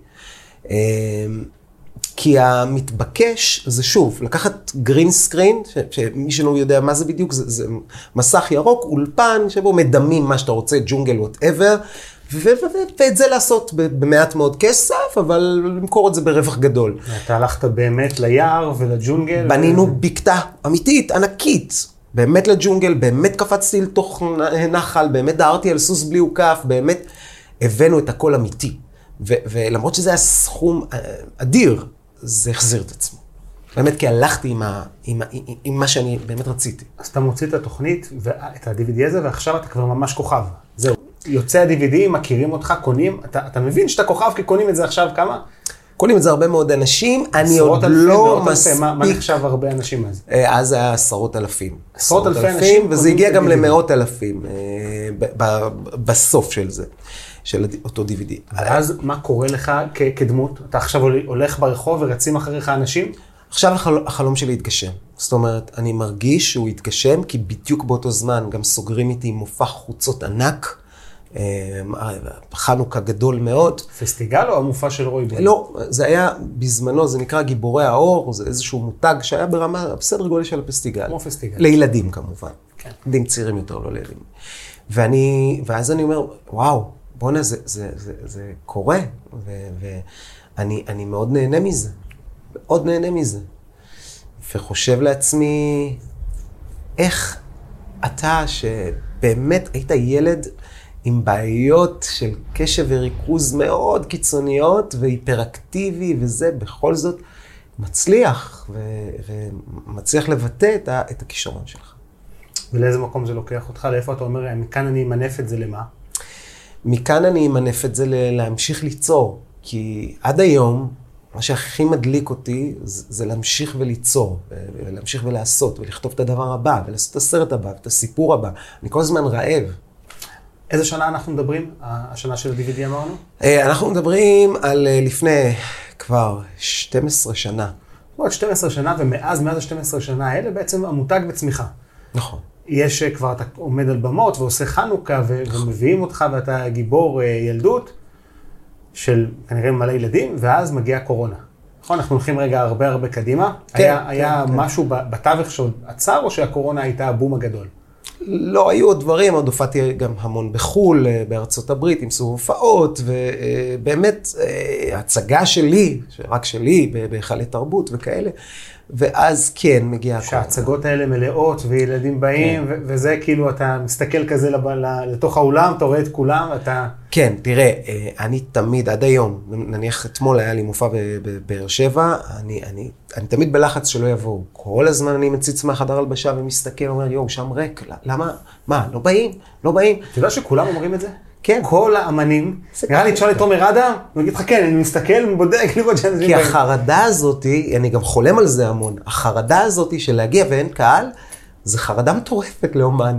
כי המתבקש זה שוב, לקחת גרין סקרין, שמי שלא יודע מה זה בדיוק, זה, זה מסך ירוק, אולפן, שבו מדמים מה שאתה רוצה, ג'ונגל, whatever, ואת זה לעשות במעט מאוד כסף, אבל למכור את זה ברווח גדול. אתה הלכת באמת ליער ולג'ונגל? בנינו בקתה אמיתית, ענקית. באמת לג'ונגל, באמת קפצתי לתוך נחל, באמת דהרתי על סוס בלי עוקף, באמת הבאנו את הכל אמיתי. ו- ולמרות שזה היה סכום אדיר, זה החזיר את עצמו. באמת כי הלכתי עם, ה- עם, ה- עם מה שאני באמת רציתי. אז אתה מוציא את התוכנית, את ה-די וי די הזה, ועכשיו אתה כבר ממש כוכב. זהו. יוצא ה-די וי די, מכירים אותך, קונים, אתה, אתה מבין שאתה כוכב כי קונים את זה עכשיו כמה? קונים את זה הרבה מאוד אנשים, אני עוד לא מספיק... מה, מה נחשב הרבה אנשים אז? אז היה עשרות אלפים. עשרות אלפי אנשים? וזה הגיע גם למאות אלפים בסוף של זה, של אותו די וי די. ואז מה קורה לך כדמות? אתה עכשיו הולך ברחוב ורצים אחריך אנשים? עכשיו החלום שלי התגשם. זאת אומרת, אני מרגיש שהוא התגשם, כי בדיוק באותו זמן גם סוגרים איתי מופע חוצות ענק, חנוכה גדול מאוד. פסטיגל או המופע של רויבוי? לא, זה היה בזמנו, זה נקרא גיבורי האור, זה איזשהו מותג שהיה ברמה, בסדר גודל של הפסטיגל. כמו פסטיגל. לילדים כמובן. כן. ילדים צעירים יותר, לא לילדים. ואני, ואז אני אומר, וואו, בוא'נה, זה, זה, זה, זה קורה, ואני, אני מאוד נהנה מזה. מאוד נהנה מזה. וחושב לעצמי, איך אתה שבאמת היית ילד עם בעיות של קשב וריכוז מאוד קיצוניות והיפראקטיבי וזה, בכל זאת מצליח ו- ומצליח לבטא את, ה- את הכישרון שלך. ולאיזה מקום זה לוקח אותך? לאיפה אתה אומר, מכאן אני אמנף את זה למה? מכאן אני אמנף את זה ל- להמשיך ליצור, כי עד היום מה שהכי מדליק אותי זה, זה להמשיך וליצור, ולהמשיך ולעשות, ולכתוב את הדבר הבא, ולעשות את הסרט הבא, את הסיפור הבא. אני כל הזמן רעב. איזה שנה אנחנו מדברים? השנה של ה-די וי די אמרנו? אנחנו מדברים על לפני כבר שתים עשרה שנה. עוד שתים עשרה שנה, ומאז, מאז ה-שתים עשרה שנה האלה, בעצם המותג בצמיחה. נכון. יש כבר, אתה עומד על במות ועושה חנוכה, ומביאים אותך ואתה גיבור ילדות של כנראה מלא ילדים, ואז מגיעה קורונה. נכון, אנחנו הולכים רגע הרבה הרבה קדימה. כן, היה, כן, היה כן. משהו בתווך שעוד עצר, או שהקורונה הייתה הבום הגדול? לא, היו עוד דברים, עוד הופעתי גם המון בחול, בארצות הברית, עם סוג הופעות, ובאמת, הצגה שלי, רק שלי, בהיכלי תרבות וכאלה, ואז כן, מגיע הקורונה. שההצגות האלה מלאות, וילדים באים, כן. וזה כאילו, אתה מסתכל כזה לתוך האולם, אתה רואה את כולם, ואתה... כן, תראה, אני תמיד, עד היום, נניח אתמול היה לי מופע בבאר שבע, אני, אני, אני תמיד בלחץ שלא יבואו. כל הזמן אני מציץ מהחדר הלבשה ומסתכל, אומר, יואו, שם ריק, למה? מה, לא באים? לא באים? אתה יודע שכולם אומרים את זה? כן. כל האמנים, נראה לי תשאל את תומר אדם, הוא יגיד לך, כן, אני מסתכל, בודק, לראות שאנשים באים. כי החרדה הזאת, אני גם חולם על זה המון, החרדה הזאת של להגיע ואין קהל, זה חרדה מטורפת לאומן.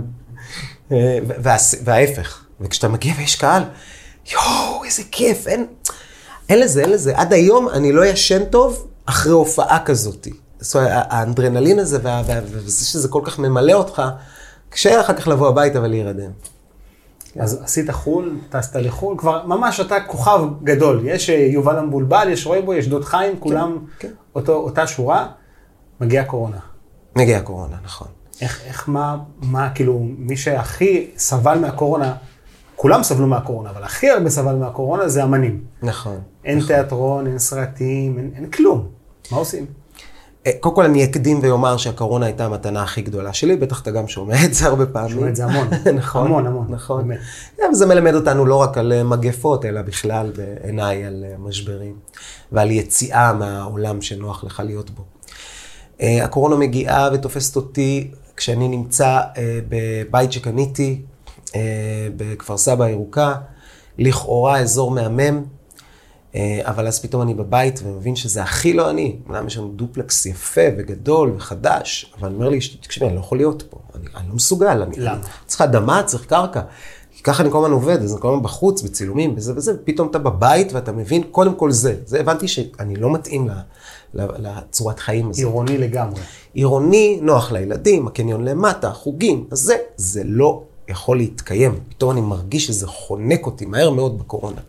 וההפך. וכשאתה מגיע ויש קהל, יואו, איזה כיף, אין, אין לזה, אין לזה. עד היום אני לא ישן טוב אחרי הופעה כזאת. זאת אומרת, האנדרנלין הזה, וזה שזה כל כך ממלא אותך, קשה אחר כך לבוא הביתה ולהירדם. אז עשית חול, טסת לחול, כבר ממש אתה כוכב גדול. יש יובל המבולבל, יש רויבו, יש דוד חיים, כולם כן. אותו, אותה שורה, מגיעה קורונה. מגיעה קורונה, נכון. איך, איך, מה, מה, כאילו, מי שהכי סבל מהקורונה, כולם סבלו מהקורונה, אבל הכי הרבה סבל מהקורונה זה אמנים. נכון. אין נכון. תיאטרון, אין סרטים, אין, אין כלום. מה עושים? קודם כל אני אקדים ויאמר שהקורונה הייתה המתנה הכי גדולה שלי, בטח אתה גם שומע את זה הרבה פעמים. שומע את זה המון. נכון. המון, המון. נכון. זה מלמד אותנו לא רק על מגפות, אלא בכלל בעיניי על משברים, ועל יציאה מהעולם שנוח לך להיות בו. הקורונה מגיעה ותופסת אותי כשאני נמצא בבית שקניתי, בכפר סבא הירוקה, לכאורה אזור מהמם, אבל אז פתאום אני בבית ומבין שזה הכי לא אני. אמנם יש לנו דופלקס יפה וגדול וחדש, אבל אני אומר לי, תקשיבי, אני לא יכול להיות פה, אני, אני לא מסוגל. אני, למה? אני צריך אדמה, צריך קרקע. כי ככה אני כל הזמן עובד, אז אני כל הזמן בחוץ, בצילומים, וזה וזה, ופתאום אתה בבית ואתה מבין, קודם כל זה. זה הבנתי שאני לא מתאים ל, ל, לצורת חיים הזאת. עירוני לגמרי. עירוני, נוח לילדים, הקניון למטה, חוגים, אז זה, זה לא יכול להתקיים. פתאום אני מרגיש שזה חונק אותי מהר מאוד בקורונה.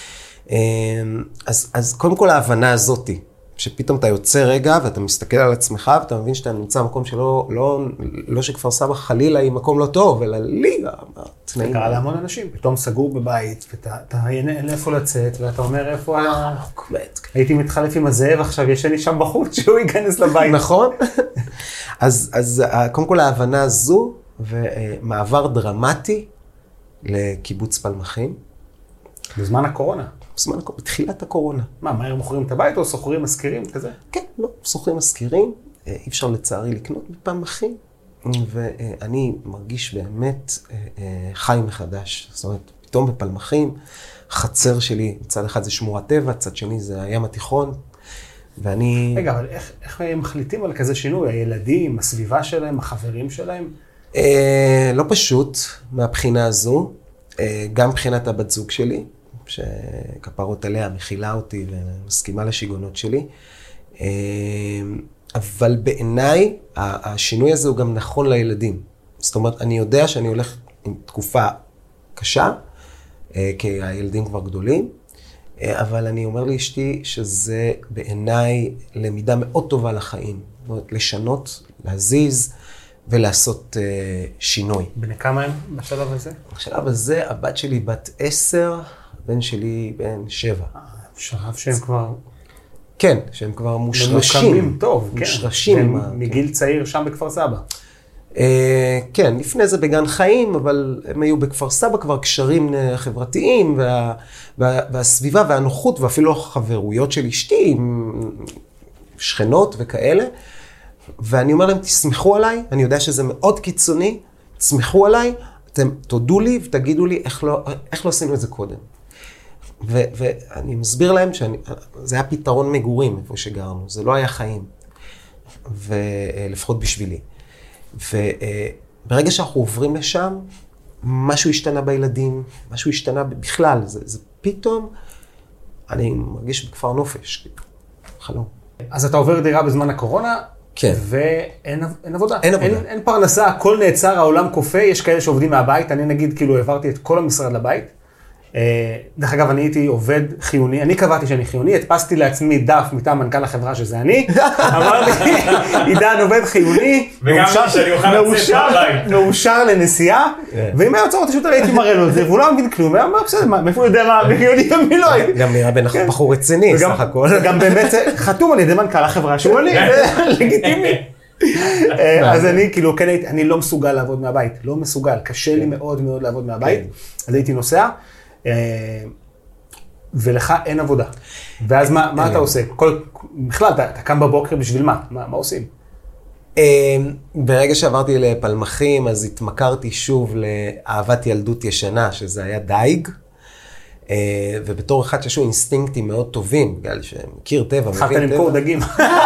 אז, אז קודם כל ההבנה הזאת, שפתאום אתה יוצא רגע ואתה מסתכל על עצמך ואתה מבין שאתה נמצא במקום שלא, לא, לא שכפר סבא חלילה היא מקום לא טוב, אלא לי, התנאים. זה קרה להמון אנשים, פתאום סגור בבית, ואתה אין איפה לצאת, ואתה אומר איפה ה... הייתי מתחלף עם הזאב, עכשיו ישן לי שם בחוץ, שהוא ייכנס לבית. נכון. אז, אז קודם כל ההבנה הזו, ומעבר דרמטי לקיבוץ פלמחים. בזמן הקורונה. בזמן הקורונה, בתחילת הקורונה. מה, מהר מוכרים את הבית או סוחרים מזכירים כזה? כן, לא, סוחרים מזכירים. אי אפשר לצערי לקנות בפלמחים. ואני מרגיש באמת חי מחדש. זאת אומרת, פתאום בפלמחים, חצר שלי, מצד אחד זה שמורת טבע, צד שני זה הים התיכון. ואני... רגע, אבל איך, איך הם מחליטים על כזה שינוי? הילדים, הסביבה שלהם, החברים שלהם? אה, לא פשוט מהבחינה הזו. אה, גם מבחינת הבת זוג שלי, שכפרות עליה מכילה אותי ומסכימה לשיגונות שלי. אה, אבל בעיניי, השינוי הזה הוא גם נכון לילדים. זאת אומרת, אני יודע שאני הולך עם תקופה קשה, אה, כי הילדים כבר גדולים, אבל אני אומר לאשתי שזה בעיניי למידה מאוד טובה לחיים. זאת אומרת, לשנות, להזיז ולעשות uh, שינוי. בני כמה הם בשלב הזה? בשלב הזה הבת שלי בת עשר, הבן שלי בן שבע. שלב שהם כבר... כן, שהם כבר מושרשים. מוקמים טוב, כן. מושרשים. מגיל צעיר שם בכפר סבא. Uh, כן, לפני זה בגן חיים, אבל הם היו בכפר סבא כבר קשרים חברתיים, וה, וה, והסביבה והנוחות, ואפילו החברויות של אשתי, שכנות וכאלה. ואני אומר להם, תסמכו עליי, אני יודע שזה מאוד קיצוני, תסמכו עליי, אתם תודו לי ותגידו לי איך לא, איך לא עשינו את זה קודם. ואני מסביר להם שזה היה פתרון מגורים איפה שגרנו, זה לא היה חיים, ולפחות בשבילי. וברגע שאנחנו עוברים לשם, משהו השתנה בילדים, משהו השתנה בכלל, זה, זה פתאום, אני מרגיש בכפר נופש, חלום. אז אתה עובר דירה בזמן הקורונה, כן. ואין אין עבודה. אין עבודה. אין, אין פרנסה, הכל נעצר, העולם קופא, יש כאלה שעובדים מהבית, אני נגיד כאילו העברתי את כל המשרד לבית. דרך אגב, אני הייתי עובד חיוני, אני קבעתי שאני חיוני, הדפסתי לעצמי דף מטעם מנכ"ל החברה שזה אני, אמרתי, עידן עובד חיוני, מאושר לנסיעה, ואם היה יוצא אותי שוטר הייתי מראה לו את זה, והוא לא מבין כלום, הוא אמר, בסדר, מאיפה הוא יודע מה, חיוני ומי לא הייתי. גם נראה בין בחור רציני, סך הכל. גם באמת חתום על ידי מנכ"ל החברה שהוא אני, לגיטימי. אז אני כאילו, כן הייתי, אני לא מסוגל לעבוד מהבית, לא מסוגל, קשה לי מאוד מאוד לעבוד מהבית, אז הייתי נוסע. ולך אין עבודה. ואז מה, מה אתה עושה? כל, בכלל, אתה, אתה קם בבוקר בשביל מה? מה, מה עושים? ברגע שעברתי לפלמחים, אז התמכרתי שוב לאהבת ילדות ישנה, שזה היה דייג. ובתור אחד שיש לו אינסטינקטים מאוד טובים, בגלל שמכיר טבע, מבין טבע. חלת למכור דגים.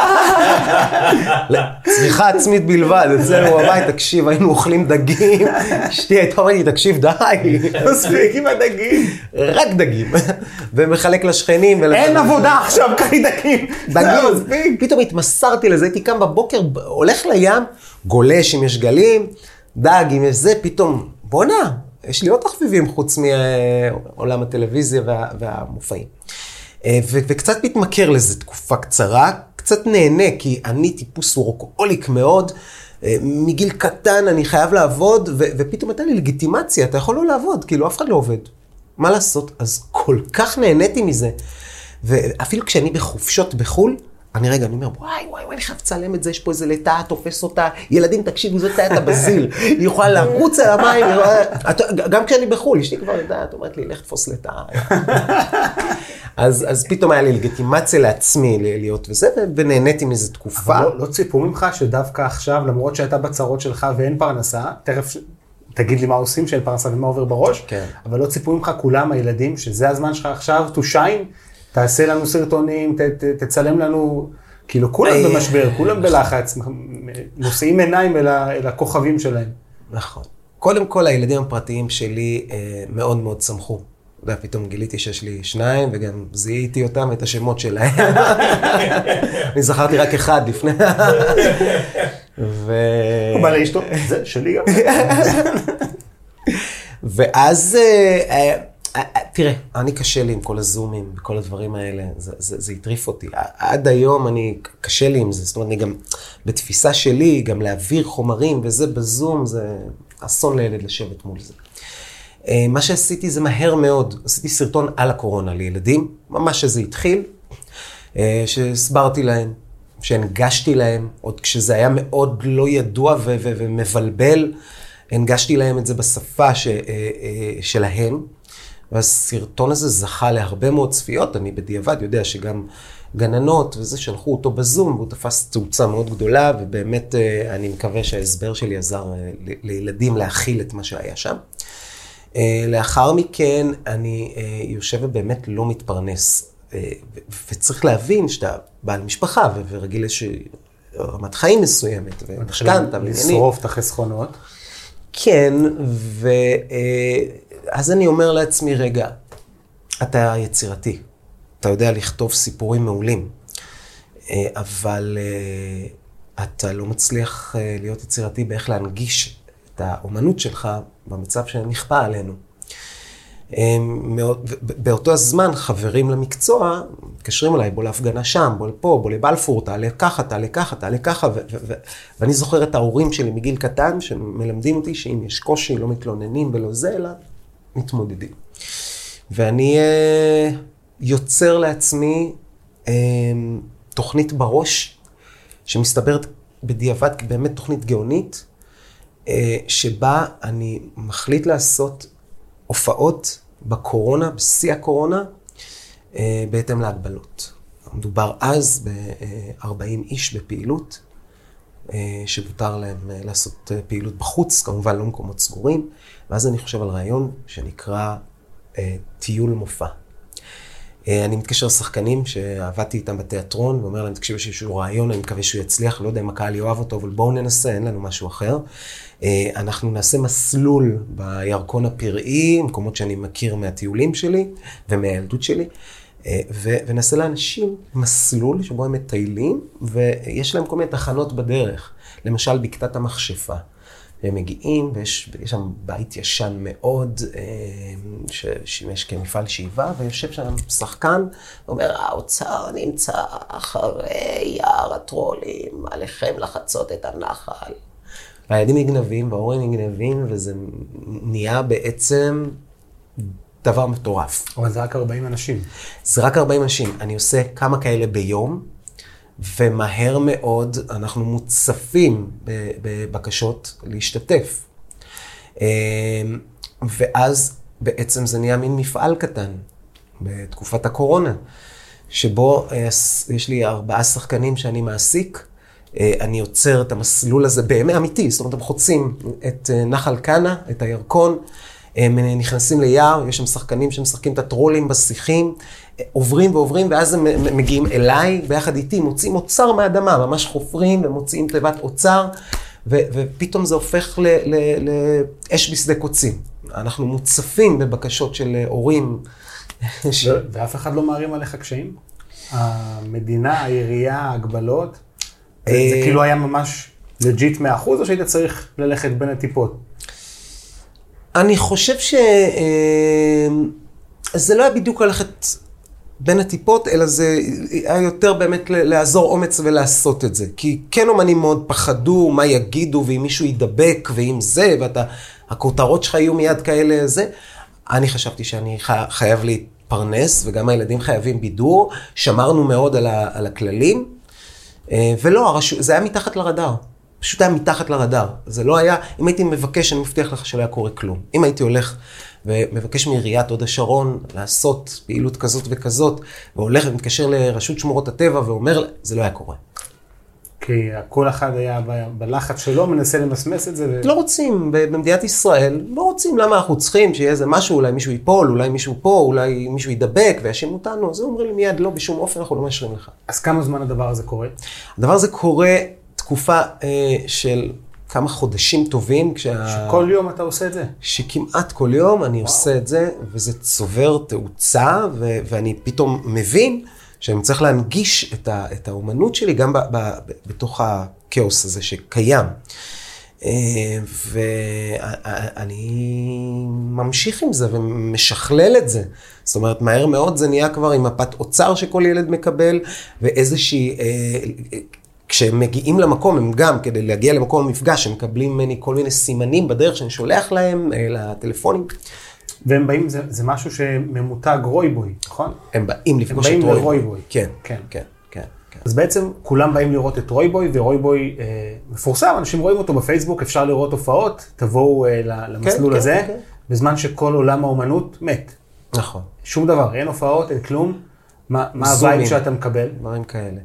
צריכה עצמית בלבד, אצלנו בבית, תקשיב, היינו אוכלים דגים, אשתי הייתה אומרת לי, תקשיב, די. מספיק עם הדגים. רק דגים. ומחלק לשכנים. אין עבודה עכשיו, קחי דגים. דגים. פתאום התמסרתי לזה, הייתי קם בבוקר, הולך לים, גולש אם יש גלים, דג אם יש זה, פתאום, בוא נע. יש לי עוד תחביבים חוץ מעולם הטלוויזיה וה, והמופעים. ו, וקצת מתמכר לזה תקופה קצרה, קצת נהנה, כי אני טיפוס וורקוהוליק מאוד, מגיל קטן אני חייב לעבוד, ו, ופתאום הייתה לי לגיטימציה, אתה יכול לא לעבוד, כאילו אף אחד לא עובד. מה לעשות? אז כל כך נהניתי מזה, ואפילו כשאני בחופשות בחול, אני רגע, אני אומר, וואי, וואי, וואי, אני חייב לצלם את זה, יש פה איזה לטאה, תופס אותה, ילדים, תקשיבו, זאת תאית הבזיל, היא יכולה לרוץ על המים, גם כשאני בחול, אשתי כבר יודעת, אומרת לי, לך תפוס לטאה. אז פתאום היה לי לגיטימציה לעצמי להיות וזה, ונהניתי מזה תקופה. אבל לא ציפו ממך שדווקא עכשיו, למרות שהייתה בצרות שלך ואין פרנסה, תכף תגיד לי מה עושים שאין פרנסה ומה עובר בראש, אבל לא ציפו ממך כולם הילדים, שזה הזמן שלך עכשיו, to shine, תעשה לנו סרטונים, ת, ת, תצלם לנו, כאילו כולם במשבר, כולם בלחץ, נושאים עיניים אל, אל הכוכבים שלהם. נכון. קודם כל, הילדים הפרטיים שלי אה, מאוד מאוד שמחו. אתה יודע, פתאום גיליתי שיש לי שניים, וגם זיהיתי אותם, את השמות שלהם. אני זכרתי רק אחד לפני. ו... הוא בא לאשתו, זה שלי גם. ואז... אה, תראה, אני קשה לי עם כל הזומים וכל הדברים האלה, זה, זה, זה יטריף אותי. עד היום אני קשה לי עם זה, זאת אומרת, אני גם בתפיסה שלי, גם להעביר חומרים וזה בזום, זה אסון לילד לשבת מול זה. מה שעשיתי זה מהר מאוד, עשיתי סרטון על הקורונה לילדים, ממש שזה התחיל, שהסברתי להם, שהנגשתי להם, עוד כשזה היה מאוד לא ידוע ו- ו- ומבלבל, הנגשתי להם את זה בשפה ש- שלהם, והסרטון הזה זכה להרבה מאוד צפיות, אני בדיעבד יודע שגם גננות וזה שלחו אותו בזום, והוא תפס תאוצה מאוד גדולה, ובאמת אני מקווה שההסבר שלי עזר לילדים להכיל את מה שהיה שם. לאחר מכן אני יושב ובאמת לא מתפרנס, וצריך להבין שאתה בעל משפחה ורגיל איזושהי רמת חיים מסוימת, ומשכנת, לשרוף את החסכונות. כן, ואז אני אומר לעצמי, רגע, אתה יצירתי, אתה יודע לכתוב סיפורים מעולים, אבל אתה לא מצליח להיות יצירתי באיך להנגיש את האומנות שלך במצב שנכפה עלינו. באותו הזמן חברים למקצוע מתקשרים אליי, בוא להפגנה שם, בוא לפה, בוא לבלפור, תעלה ככה, תעלה ככה, תעלה ככה, ואני זוכר את ההורים שלי מגיל קטן שמלמדים אותי שאם יש קושי, לא מתלוננים ולא זה, אלא מתמודדים. ואני יוצר לעצמי תוכנית בראש שמסתברת בדיעבד כבאמת תוכנית גאונית, שבה אני מחליט לעשות הופעות בקורונה, בשיא הקורונה, בהתאם להגבלות. מדובר אז ב-ארבעים איש בפעילות, שבותר להם לעשות פעילות בחוץ, כמובן לא מקומות סגורים, ואז אני חושב על רעיון שנקרא טיול מופע. אני מתקשר לשחקנים שעבדתי איתם בתיאטרון, ואומר להם, תקשיבו שיש איזשהו רעיון, אני מקווה שהוא יצליח, לא יודע אם הקהל יאהב אותו, אבל בואו ננסה, אין לנו משהו אחר. אנחנו נעשה מסלול בירקון הפראי, מקומות שאני מכיר מהטיולים שלי ומהילדות שלי, ונעשה לאנשים מסלול שבו הם מטיילים, ויש להם כל מיני תחנות בדרך. למשל, בקתת המכשפה. הם מגיעים, ויש שם בית ישן מאוד, ששימש כמפעל שאיבה, ויושב שם שחקן, ואומר, האוצר נמצא אחרי יער הטרולים, עליכם לחצות את הנחל. והילדים מגנבים, וההורים מגנבים, וזה נהיה בעצם דבר מטורף. אבל זה רק ארבעים אנשים. זה רק ארבעים אנשים. אני עושה כמה כאלה ביום, ומהר מאוד אנחנו מוצפים בבקשות להשתתף. ואז בעצם זה נהיה מין מפעל קטן, בתקופת הקורונה, שבו יש לי ארבעה שחקנים שאני מעסיק, אני יוצר את המסלול הזה בימי אמיתי, זאת אומרת, הם חוצים את נחל קנה, את הירקון, הם נכנסים ליער, יש שם שחקנים שמשחקים את הטרולים בשיחים, עוברים ועוברים, ואז הם מגיעים אליי, ביחד איתי, מוצאים אוצר מהאדמה, ממש חופרים ומוצאים תיבת אוצר, ו- ופתאום זה הופך לאש בשדה קוצים. אנחנו מוצפים בבקשות של הורים. ש... ואף אחד לא מערים עליך קשיים? המדינה, העירייה, ההגבלות, זה, זה כאילו היה ממש לג'יט מאה אחוז, או שהיית צריך ללכת בין הטיפות? אני חושב ש... זה לא היה בדיוק ללכת בין הטיפות, אלא זה היה יותר באמת לעזור אומץ ולעשות את זה. כי כן אומנים מאוד פחדו מה יגידו, ואם מישהו ידבק, ואם זה, ואתה, הכותרות שלך יהיו מיד כאלה, זה. אני חשבתי שאני חייב להתפרנס, וגם הילדים חייבים בידור. שמרנו מאוד על, ה, על הכללים, ולא, הרשו, זה היה מתחת לרדאר. פשוט היה מתחת לרדאר. זה לא היה, אם הייתי מבקש, אני מבטיח לך שלא היה קורה כלום. אם הייתי הולך ומבקש מעיריית הוד השרון לעשות פעילות כזאת וכזאת, והולך ומתקשר לרשות שמורות הטבע ואומר, זה לא היה קורה. כי כל אחד היה בלחץ שלו, מנסה למסמס את זה. ו... לא רוצים, במדינת ישראל, לא רוצים למה אנחנו צריכים, שיהיה איזה משהו, אולי מישהו ייפול, אולי מישהו פה, אולי מישהו ידבק ויאשים אותנו, אז אומרים לי מיד, לא, בשום אופן אנחנו לא מאשרים לך. אז כמה זמן הדבר הזה קורה? הדבר הזה קורה תקופה אה, של כמה חודשים טובים. כשה... שכל יום אתה עושה את זה? שכמעט כל יום אני וואו. עושה את זה, וזה צובר תאוצה, ו- ואני פתאום מבין שאני צריך להנגיש את, ה- את האומנות שלי גם ב- ב- ב- בתוך הכאוס הזה שקיים. ואני ממשיך עם זה ומשכלל את זה. זאת אומרת, מהר מאוד זה נהיה כבר עם מפת אוצר שכל ילד מקבל, ואיזושהי... כשהם מגיעים למקום, הם גם, כדי להגיע למקום המפגש, הם מקבלים ממני כל מיני סימנים בדרך שאני שולח להם, לטלפונים. והם באים, זה, זה משהו שממותג רויבוי, נכון? הם באים לפגוש את רויבוי. רויבוי. לרויבוי. כן, כן, כן, כן, כן. אז בעצם כולם באים לראות את רויבוי, ורויבוי אה, מפורסם, אנשים רואים אותו בפייסבוק, אפשר לראות הופעות, תבואו אה, למסלול כן, הזה, כן, כן. בזמן שכל עולם האומנות מת. נכון. שום דבר, אין הופעות, אין כלום. מה, מה הווייב שאתה מקבל? דברים כאלה.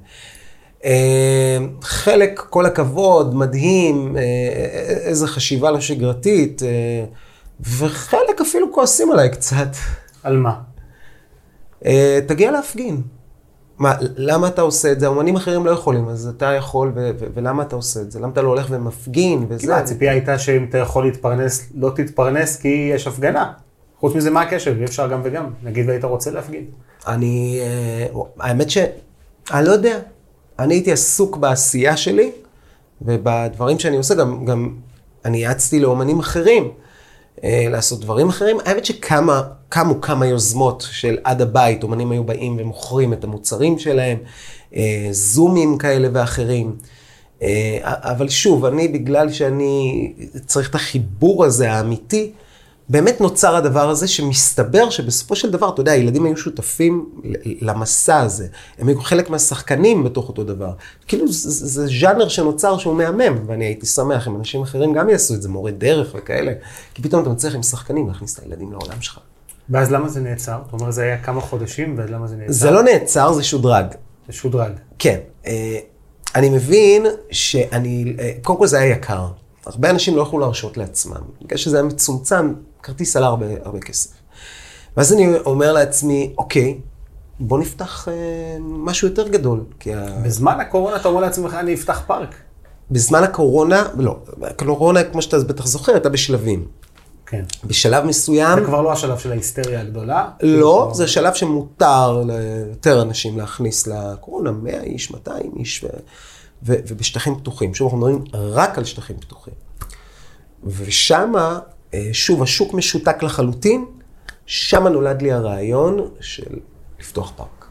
חלק, כל הכבוד, מדהים, איזו חשיבה לא שגרתית, וחלק אפילו כועסים עליי קצת. על מה? תגיע להפגין. מה, למה אתה עושה את זה? האומנים אחרים לא יכולים, אז אתה יכול, ו- ו- ולמה אתה עושה את זה? למה אתה לא הולך ומפגין? וזה? כי הציפייה הייתה שאם אתה יכול להתפרנס, לא תתפרנס כי יש הפגנה. חוץ מזה, מה הקשר? אי אפשר גם וגם. נגיד והיית רוצה להפגין. אני, האמת ש... אני לא יודע. אני הייתי עסוק בעשייה שלי, ובדברים שאני עושה, גם, גם אני יעצתי לאומנים אחרים, אה, לעשות דברים אחרים. האמת שקמו כמה יוזמות של עד הבית, אומנים היו באים ומוכרים את המוצרים שלהם, אה, זומים כאלה ואחרים. אה, אבל שוב, אני, בגלל שאני צריך את החיבור הזה האמיתי, באמת נוצר הדבר הזה שמסתבר שבסופו של דבר, אתה יודע, הילדים היו שותפים למסע הזה. הם היו חלק מהשחקנים בתוך אותו דבר. כאילו זה, זה ז'אנר שנוצר שהוא מהמם, ואני הייתי שמח אם אנשים אחרים גם יעשו את זה, מורי דרך וכאלה. כי פתאום אתה מצליח עם שחקנים להכניס את הילדים לעולם שלך. ואז למה זה נעצר? זאת אומרת, זה היה כמה חודשים, ואז למה זה נעצר? זה לא נעצר, זה שודרג. זה שודרג. כן. אני מבין שאני, קודם כל זה היה יקר. הרבה אנשים לא יכולו להרשות לעצמם. בגלל שזה היה מצומצם, כרטיס עלה הרבה, הרבה כסף. ואז אני אומר לעצמי, אוקיי, בוא נפתח אה, משהו יותר גדול. כי ה... בזמן הקורונה אתה אומר לעצמך, אני אפתח פארק. בזמן הקורונה, לא, הקורונה, כמו שאתה בטח זוכר, אתה בשלבים. כן. בשלב מסוים... זה כבר לא השלב של ההיסטריה הגדולה? לא, זה שלב שמותר ליותר אנשים להכניס לקורונה, מאה איש, מאתיים איש, ו... ו... ובשטחים פתוחים. שוב, אנחנו מדברים רק על שטחים פתוחים. ושמה, שוב, השוק משותק לחלוטין, שמה נולד לי הרעיון של לפתוח פארק.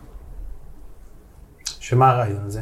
שמה הרעיון הזה?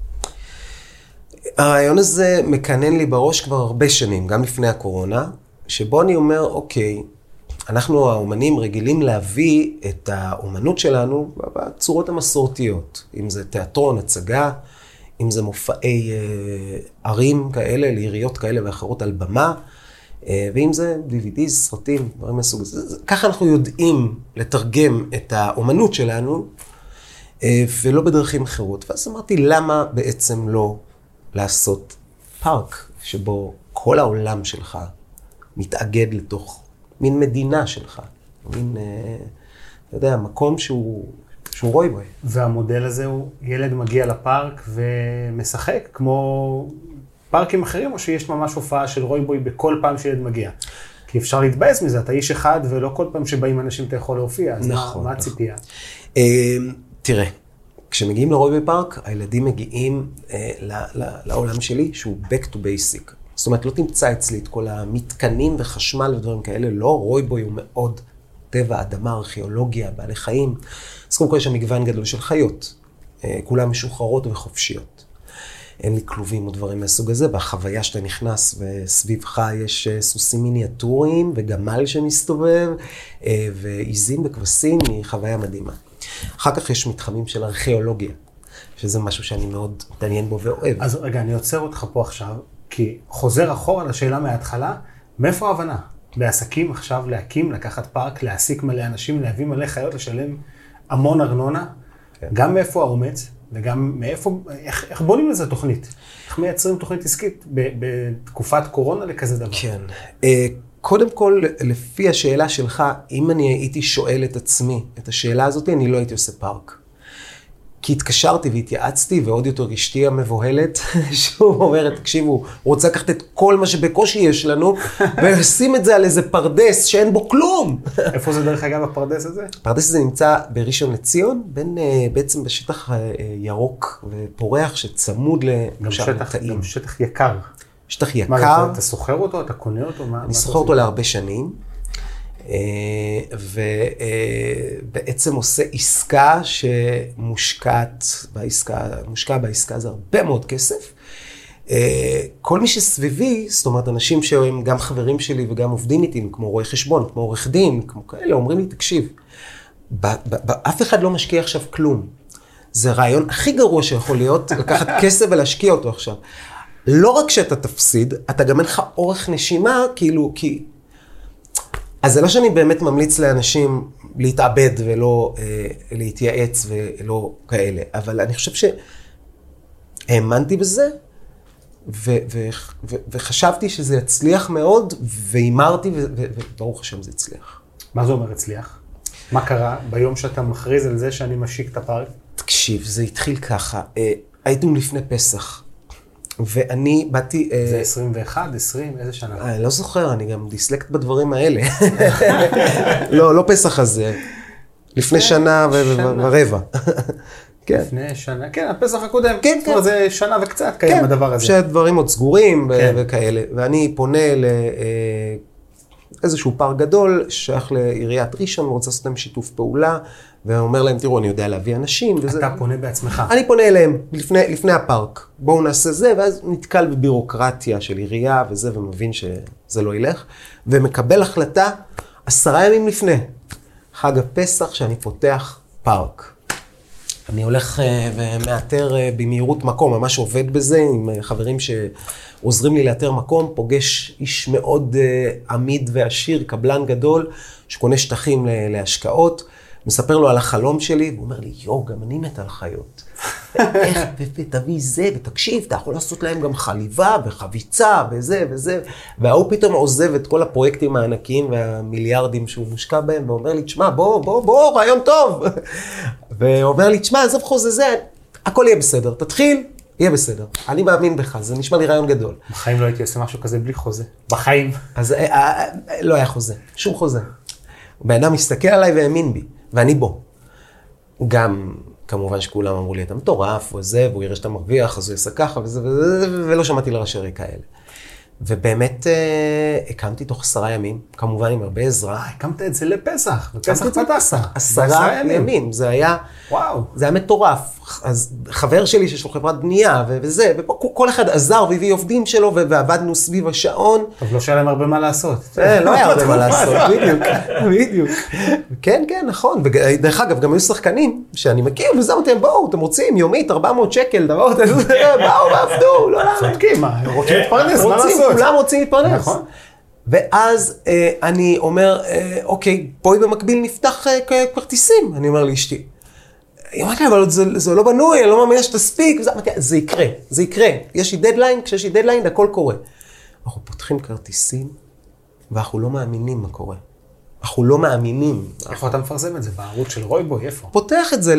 הרעיון הזה מקנן לי בראש כבר הרבה שנים, גם לפני הקורונה, שבו אני אומר, אוקיי, אנחנו האומנים רגילים להביא את האומנות שלנו בצורות המסורתיות, אם זה תיאטרון, הצגה, אם זה מופעי אה, ערים כאלה, לעיריות כאלה ואחרות על במה, אה, ואם זה די וי די, סרטים, דברים מסוג זה. ככה אנחנו יודעים לתרגם את האומנות שלנו, אה, ולא בדרכים אחרות. ואז אמרתי, למה בעצם לא לעשות פארק, שבו כל העולם שלך מתאגד לתוך מין מדינה שלך, מין, אה, אתה יודע, מקום שהוא... שהוא רוי בוי. והמודל הזה הוא, ילד מגיע לפארק ומשחק, כמו פארקים אחרים, או שיש ממש הופעה של רוי בוי בכל פעם שילד מגיע? כי אפשר להתבאס מזה, אתה איש אחד, ולא כל פעם שבאים אנשים אתה יכול להופיע, אז נכון, מה, מה הציפייה? נכון. תראה, כשמגיעים לרוי בוי פארק, הילדים מגיעים אה, ל, ל, לעולם שלי, שהוא back to basic. זאת אומרת, לא תמצא אצלי את כל המתקנים וחשמל ודברים כאלה, לא, רוי בוי הוא מאוד טבע, אדמה, ארכיאולוגיה, בעלי חיים. אז קודם כל יש שם מגוון גדול של חיות, כולן משוחררות וחופשיות. אין לי כלובים או דברים מהסוג הזה, והחוויה שאתה נכנס וסביבך יש סוסים מיניאטוריים וגמל שמסתובב, ועיזים וכבשים, היא חוויה מדהימה. אחר כך יש מתחמים של ארכיאולוגיה, שזה משהו שאני מאוד מתעניין בו ואוהב. אז רגע, אני עוצר אותך פה עכשיו, כי חוזר אחורה לשאלה מההתחלה, מאיפה ההבנה? בעסקים עכשיו להקים, לקחת פארק, להעסיק מלא אנשים, להביא מלא חיות, לשלם המון ארנונה, כן. גם מאיפה האומץ, וגם מאיפה, איך, איך בונים לזה תוכנית? איך מייצרים תוכנית עסקית בתקופת קורונה לכזה דבר? כן. קודם כל, לפי השאלה שלך, אם אני הייתי שואל את עצמי את השאלה הזאת, אני לא הייתי עושה פארק. כי התקשרתי והתייעצתי, ועוד יותר אשתי המבוהלת, שהוא אומרת, תקשיבו, הוא רוצה לקחת את כל מה שבקושי יש לנו, ולשים את זה על איזה פרדס שאין בו כלום. איפה זה דרך אגב הפרדס הזה? הפרדס הזה נמצא בראשון לציון, בין, בעצם בשטח ירוק ופורח שצמוד למושב מטעים. גם שטח יקר. שטח יקר. מה, אתה סוחר אותו? אתה קונה אותו? אני סוחר אותו להרבה שנים. ובעצם עושה עסקה שמושקעת בעסקה, מושקע בעסקה זה הרבה מאוד כסף. כל מי שסביבי, זאת אומרת, אנשים שהם גם חברים שלי וגם עובדים איתי, כמו רואי חשבון, כמו עורך דין, כמו כאלה, אומרים לי, תקשיב, אף אחד לא משקיע עכשיו כלום. זה רעיון הכי גרוע שיכול להיות, לקחת כסף ולהשקיע אותו עכשיו. לא רק שאתה תפסיד, אתה גם אין לך אורך נשימה, כאילו, כי... אז זה לא שאני באמת ממליץ לאנשים להתאבד ולא אה, להתייעץ ולא כאלה, אבל אני חושב שהאמנתי בזה, ו- ו- ו- וחשבתי שזה יצליח מאוד, ואימרתי, ו- ו- וברוך השם זה הצליח. מה זה אומר הצליח? מה קרה ביום שאתה מכריז על זה שאני משיק את הפארק? תקשיב, זה התחיל ככה. אה, הייתם לפני פסח. ואני באתי... זה עשרים ואחת, עשרים, איזה שנה? אני לא זוכר, אני גם דיסלקט בדברים האלה. לא, לא פסח הזה. לפני שנה ורבע. לפני שנה, כן, הפסח הקודם. כן, כן. זה שנה וקצת קיים הדבר הזה. שהדברים עוד סגורים וכאלה. ואני פונה לאיזשהו פארק גדול, שייך לעיריית ראשון, ורוצה לעשות להם שיתוף פעולה, ואומר להם, תראו, אני יודע להביא אנשים. וזה... אתה פונה בעצמך. אני פונה אליהם, לפני, לפני הפארק. בואו נעשה זה, ואז נתקל בבירוקרטיה של עירייה וזה, ומבין שזה לא ילך, ומקבל החלטה עשרה ימים לפני, חג הפסח, שאני פותח פארק. אני הולך ומאתר במהירות מקום, ממש עובד בזה, עם חברים שעוזרים לי לאתר מקום, פוגש איש מאוד עמיד ועשיר, קבלן גדול, שקונה שטחים להשקעות, מספר לו על החלום שלי, והוא אומר לי, יו, גם אני מת על חיות. איך, ותביא זה, ותקשיב, אתה יכול לעשות להם גם חליבה וחביצה וזה וזה, והוא פתאום עוזב את כל הפרויקטים הענקיים והמיליארדים שהוא מושקע בהם, ואומר לי, תשמע, בוא, בוא, בוא, רעיון טוב. ואומר לי, תשמע, עזוב חוזה זה, הכל יהיה בסדר, תתחיל, יהיה בסדר. אני מאמין בך, זה נשמע לי רעיון גדול. בחיים לא הייתי עושה משהו כזה בלי חוזה. בחיים. אז לא היה חוזה, שום חוזה. בן אדם מסתכל עליי והאמין בי, ואני בו. גם, כמובן שכולם אמרו לי, אתה מטורף, וזה, והוא יראה שאתה מרוויח, אז הוא יעשה ככה, וזה, וזה, ולא שמעתי לראשי כאלה. ובאמת הקמתי תוך עשרה ימים, כמובן עם הרבה עזרה. הקמת את זה לפסח, בפסח פתח. עשרה ימים, זה היה, וואו. זה היה מטורף. אז חבר שלי שיש לו חברת בנייה וזה, וכל אחד עזר והביא עובדים שלו, ועבדנו סביב השעון. טוב, לא שהיה להם הרבה מה לעשות. לא היה הרבה מה לעשות, בדיוק, בדיוק. כן, כן, נכון. ודרך אגב, גם היו שחקנים שאני מכיר, וזה אמרתם, בואו, אתם רוצים יומית, ארבע מאות שקל, באו ועבדו, לא למה. צודקים, מה? רוצים להתפרנס, מה לעשות? כולם רוצים להתפרנס. נכון. ואז אה, אני אומר, אה, אוקיי, בואי במקביל נפתח אה, כרטיסים. אני אומר לאשתי. היא אומרת לי, אבל זה, זה לא בנוי, אני לא מאמינה שתספיק. וזה, אמרתי, זה יקרה, זה יקרה. יש לי דדליין, כשיש לי דדליין, הכל קורה. אנחנו פותחים כרטיסים, ואנחנו לא מאמינים מה קורה. אנחנו לא מאמינים. איפה אתה מפרסם את זה? בערוץ של רויבוי, איפה? פותח את זה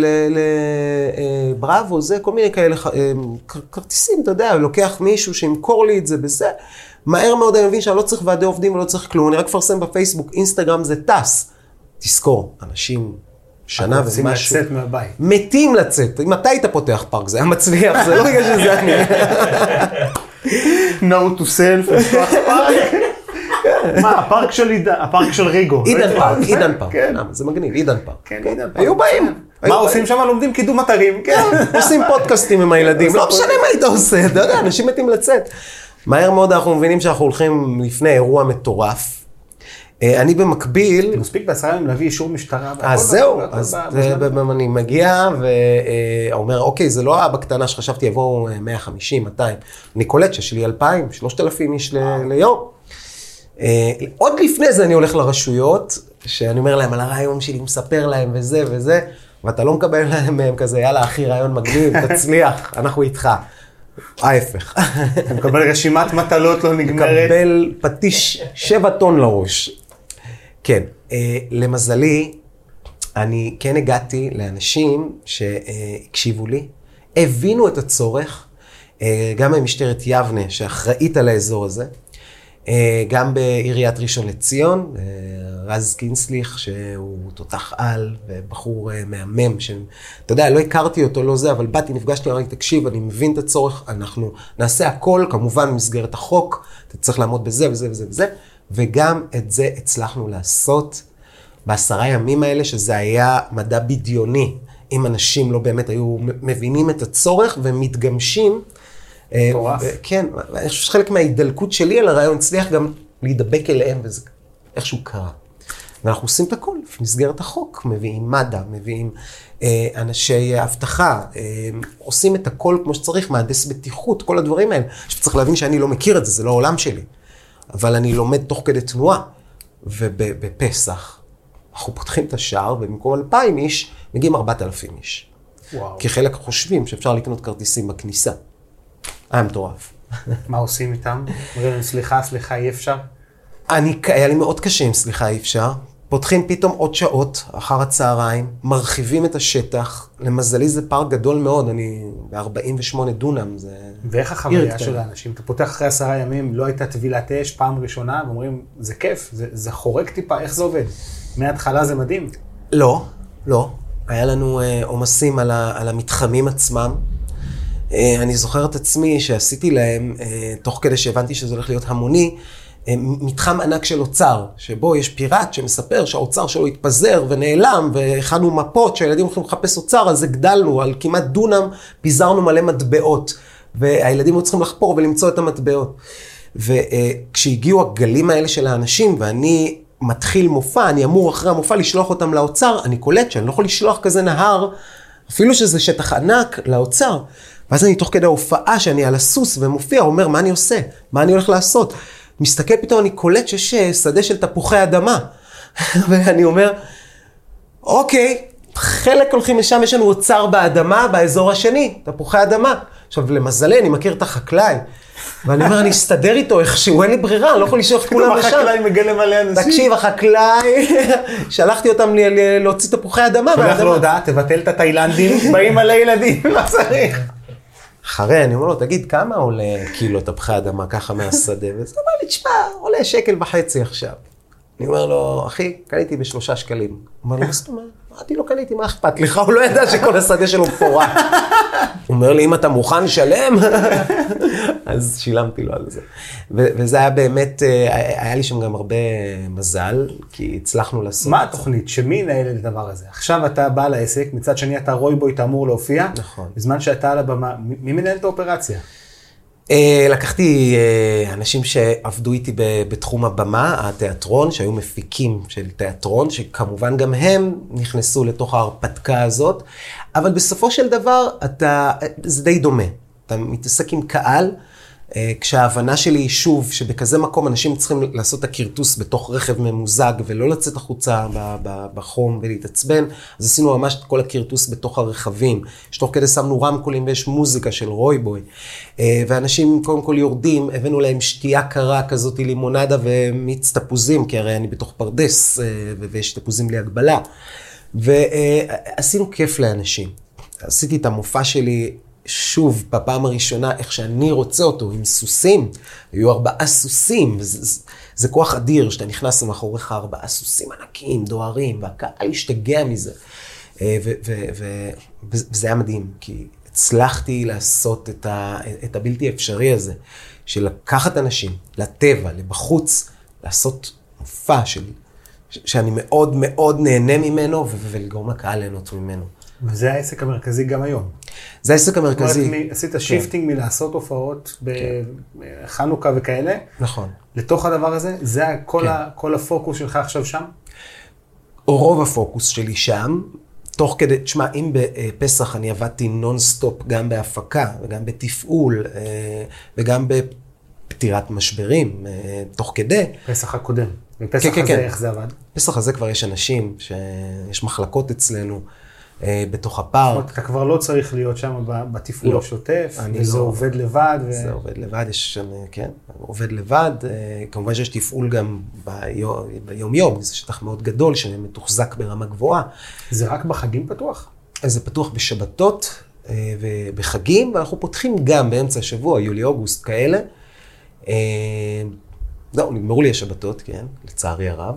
לבראבו, זה כל מיני כאלה כרטיסים, אתה יודע, לוקח מישהו שימכור לי את זה בזה. מהר מאוד אני מבין שאני לא צריך ועדי עובדים ולא צריך כלום, אני רק מפרסם בפייסבוק, אינסטגרם זה טס. תזכור, אנשים שנה ומשהו. רוצים לצאת מהבית. מתים לצאת. אם אתה היית פותח פארק, זה היה מצליח, זה לא בגלל שזה אני. No to self, לפתוח פארק. מה, הפארק של עידן, הפארק של ריגו. עידן פארק, עידן פארק. זה מגניב, עידן פארק. כן, עידן פארק. היו באים. מה עושים שם? לומדים קידום אתרים. כן, עושים פודקאסטים עם הילדים. לא משנה מה היית עושה, אתה יודע, אנשים מתים לצאת. מהר מאוד אנחנו מבינים שאנחנו הולכים לפני אירוע מטורף. אני במקביל... מספיק בעשרה ימים להביא אישור משטרה. אז זהו, אז אני מגיע ואומר, אוקיי, זה לא אבא קטנה שחשבתי יבואו מאה וחמישים, מאתיים. אני קולט שיש לי אלפיים, שלושת אלפים איש ליום. עוד לפני זה אני הולך לרשויות, שאני אומר להם על הרעיון שלי, מספר להם וזה וזה, ואתה לא מקבל להם מהם כזה, יאללה אחי, רעיון מגניב, תצליח, אנחנו איתך. ההפך. אתה מקבל רשימת מטלות לא נגמרת. מקבל פטיש שבע טון לראש. כן, למזלי, אני כן הגעתי לאנשים שהקשיבו לי, הבינו את הצורך, גם במשטרת יבנה שאחראית על האזור הזה, גם בעיריית ראשון לציון, רז קינסליך, שהוא תותח על ובחור מהמם, שאתה יודע, לא הכרתי אותו, לא זה, אבל באתי, נפגשתי, אמרתי, תקשיב, אני מבין את הצורך, אנחנו נעשה הכל, כמובן במסגרת החוק, אתה צריך לעמוד בזה וזה וזה וזה, וגם את זה הצלחנו לעשות בעשרה ימים האלה, שזה היה מדע בדיוני, אם אנשים לא באמת היו מבינים את הצורך ומתגמשים, מטורף. כן, אני חושב שחלק מההידלקות שלי על הרעיון הצליח גם להידבק אליהם, וזה איכשהו קרה. ואנחנו עושים את הכל, במסגרת החוק, מביאים מד"א, מביאים אה, אנשי אבטחה, אה, עושים את הכל כמו שצריך, מהנדס בטיחות, כל הדברים האלה. שצריך להבין שאני לא מכיר את זה, זה לא העולם שלי. אבל אני לומד תוך כדי תנועה, ובפסח אנחנו פותחים את השער, ובמקום אלפיים איש, מגיעים ארבעת אלפים איש. וואו. כי חלק חושבים שאפשר לקנות כרטיסים בכניסה. היה מטורף. מה עושים איתם? אומרים להם, סליחה, סליחה, אי אפשר? אני, היה לי מאוד קשה עם סליחה, אי אפשר. פותחים פתאום עוד שעות אחר הצהריים, מרחיבים את השטח. למזלי זה פארק גדול מאוד, אני ב-ארבעים ושמונה דונם. זה... ואיך החוויה של האנשים? אתה פותח אחרי עשרה ימים, לא הייתה טבילת אש פעם ראשונה, ואומרים, זה כיף, זה, זה חורק טיפה, איך זה עובד? מההתחלה זה מדהים. לא, לא. היה לנו אה, עומסים על, ה, על המתחמים עצמם. אני זוכר את עצמי שעשיתי להם, תוך כדי שהבנתי שזה הולך להיות המוני, מתחם ענק של אוצר, שבו יש פיראט שמספר שהאוצר שלו התפזר ונעלם, והכנו מפות שהילדים הולכים לחפש אוצר, אז הגדלנו על כמעט דונם, פיזרנו מלא מטבעות, והילדים היו צריכים לחפור ולמצוא את המטבעות. וכשהגיעו הגלים האלה של האנשים, ואני מתחיל מופע, אני אמור אחרי המופע לשלוח אותם לאוצר, אני קולט שאני לא יכול לשלוח כזה נהר, אפילו שזה שטח ענק לאוצר. ואז אני תוך כדי ההופעה שאני על הסוס ומופיע, אומר, מה אני עושה? מה אני הולך לעשות? מסתכל פתאום, אני קולט שיש שדה של תפוחי אדמה. ואני אומר, אוקיי, חלק הולכים לשם, יש לנו אוצר באדמה, באזור השני, תפוחי אדמה. עכשיו, למזלי, אני מכיר את החקלאי, ואני אומר, אני אסתדר איתו איכשהו, אין לי ברירה, אני לא יכול לשלוח את כולם לשם. החקלאי מגלה מלא אנשים. תקשיב, החקלאי, שלחתי אותם להוציא תפוחי אדמה. שולח לו הודעה, תבטל את התאילנדים, באים מלא ילדים, לא צריך. אחרי, אני אומר לו, תגיד, כמה עולה קילו תפוחי אדמה ככה מהשדה? וזה אמר לי, תשמע, עולה שקל וחצי עכשיו. אני אומר לו, אחי, קניתי בשלושה שקלים. הוא אומר לו, מה זאת אומרת? אמרתי לו, קניתי, מה אכפת לך? הוא לא ידע שכל השדה שלו מפורק. הוא אומר לי, אם אתה מוכן לשלם, אז שילמתי לו על זה. וזה היה באמת, היה לי שם גם הרבה מזל, כי הצלחנו לעשות. מה התוכנית? שמי ינהל את הדבר הזה? עכשיו אתה בא לעסק, מצד שני אתה רויבוי, אתה אמור להופיע. נכון. בזמן שאתה על הבמה, מי מנהל את האופרציה? לקחתי אנשים שעבדו איתי בתחום הבמה, התיאטרון, שהיו מפיקים של תיאטרון, שכמובן גם הם נכנסו לתוך ההרפתקה הזאת, אבל בסופו של דבר אתה, זה די דומה. אתה מתעסק עם קהל, כשההבנה שלי היא שוב, שבכזה מקום אנשים צריכים לעשות את הקרטוס בתוך רכב ממוזג, ולא לצאת החוצה בחום ולהתעצבן, אז עשינו ממש את כל הקרטוס בתוך הרכבים, שתוך כדי שמנו רמקולים ויש מוזיקה של רויבוי, ואנשים קודם כל יורדים, הבאנו להם שתייה קרה כזאת, לימונדה ומיץ תפוזים, כי הרי אני בתוך פרדס, ויש תפוזים בלי הגבלה, ועשינו כיף לאנשים. עשיתי את המופע שלי, שוב, בפעם הראשונה, איך שאני רוצה אותו, עם סוסים, היו ארבעה סוסים, וזה, זה כוח אדיר, שאתה נכנס מאחוריך ארבעה סוסים ענקיים, דוהרים, והקהל השתגע מזה. ו- ו- ו- וזה היה מדהים, כי הצלחתי לעשות את, ה- את הבלתי אפשרי הזה, של לקחת אנשים לטבע, לבחוץ, לעשות מופע שלי, שאני מאוד מאוד נהנה ממנו, ו- ולגרום לקהל ליהנות ממנו. וזה העסק המרכזי גם היום. זה העסק המרכזי. זאת אומרת, עשית שיפטינג מלעשות הופעות בחנוכה וכאלה. נכון. לתוך הדבר הזה, זה כל הפוקוס שלך עכשיו שם? רוב הפוקוס שלי שם, תוך כדי, תשמע, אם בפסח אני עבדתי נונסטופ גם בהפקה וגם בתפעול וגם בפתירת משברים, תוך כדי. פסח הקודם. בפסח הזה איך זה עבד? פסח הזה כבר יש אנשים, שיש מחלקות אצלנו, בתוך הפארק. זאת אומרת, אתה כבר לא צריך להיות שם בתפעול השוטף, וזה עובד לבד. זה עובד לבד, יש שם, כן, עובד לבד. כמובן שיש תפעול גם ביום-יום, זה שטח מאוד גדול, שמתוחזק ברמה גבוהה. זה רק בחגים פתוח? זה פתוח בשבתות ובחגים, ואנחנו פותחים גם באמצע השבוע, יולי-אוגוסט כאלה. לא, נגמרו לי השבתות, כן, לצערי הרב.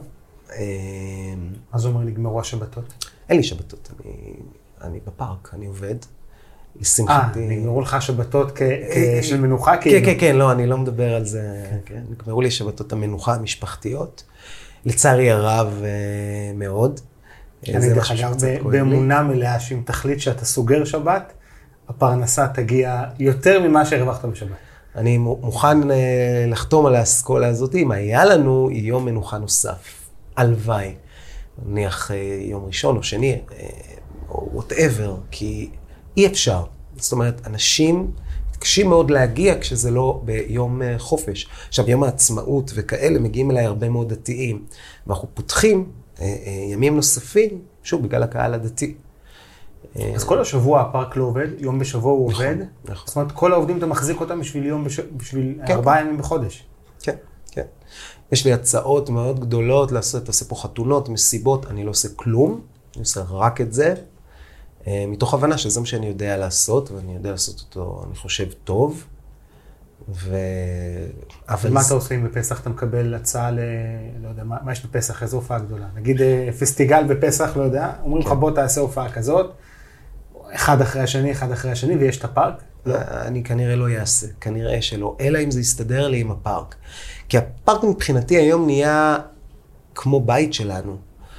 מה זה אומר נגמרו השבתות? אין לי שבתות, אני, אני בפארק, אני עובד. לשמחתי. אה, נגמרו לך שבתות של מנוחה כאילו? כן, כן, כן, לא, אני לא מדבר על זה. כן. נגמרו לי שבתות המנוחה המשפחתיות. לצערי הרב מאוד. אני דרך אגב באמונה מלאה שאם תחליט שאתה סוגר שבת, הפרנסה תגיע יותר ממה שהרווחת בשבת. אני מוכן לחתום על האסכולה הזאת, אם היה לנו יום מנוחה נוסף. הלוואי. נניח יום ראשון או שני, או whatever, כי אי אפשר. זאת אומרת, אנשים קשים מאוד להגיע כשזה לא ביום חופש. עכשיו, יום העצמאות וכאלה מגיעים אליי הרבה מאוד דתיים, ואנחנו פותחים ימים נוספים, שוב, בגלל הקהל הדתי. אז כל השבוע הפארק לא עובד, יום בשבוע הוא עובד? נכון. זאת אומרת, כל העובדים אתה מחזיק אותם בשביל יום, בשביל ארבעה ימים בחודש? כן, כן. יש לי הצעות מאוד גדולות לעשות, עושה פה חתונות, מסיבות, אני לא עושה כלום, אני עושה רק את זה, מתוך הבנה שזה מה שאני יודע לעשות, ואני יודע לעשות אותו, אני חושב, טוב. ו... ומה אתה עושה אם בפסח אתה מקבל הצעה ל... לא יודע, מה, מה יש בפסח? איזו הופעה גדולה? נגיד פסטיגל בפסח, לא יודע, אומרים לך בוא תעשה הופעה כזאת, אחד אחרי השני, אחד אחרי השני, ויש את הפארק? לא. אני כנראה לא אעשה, כנראה שלא, אלא אם זה יסתדר לי עם הפארק. כי הפארק מבחינתי היום נהיה כמו בית שלנו.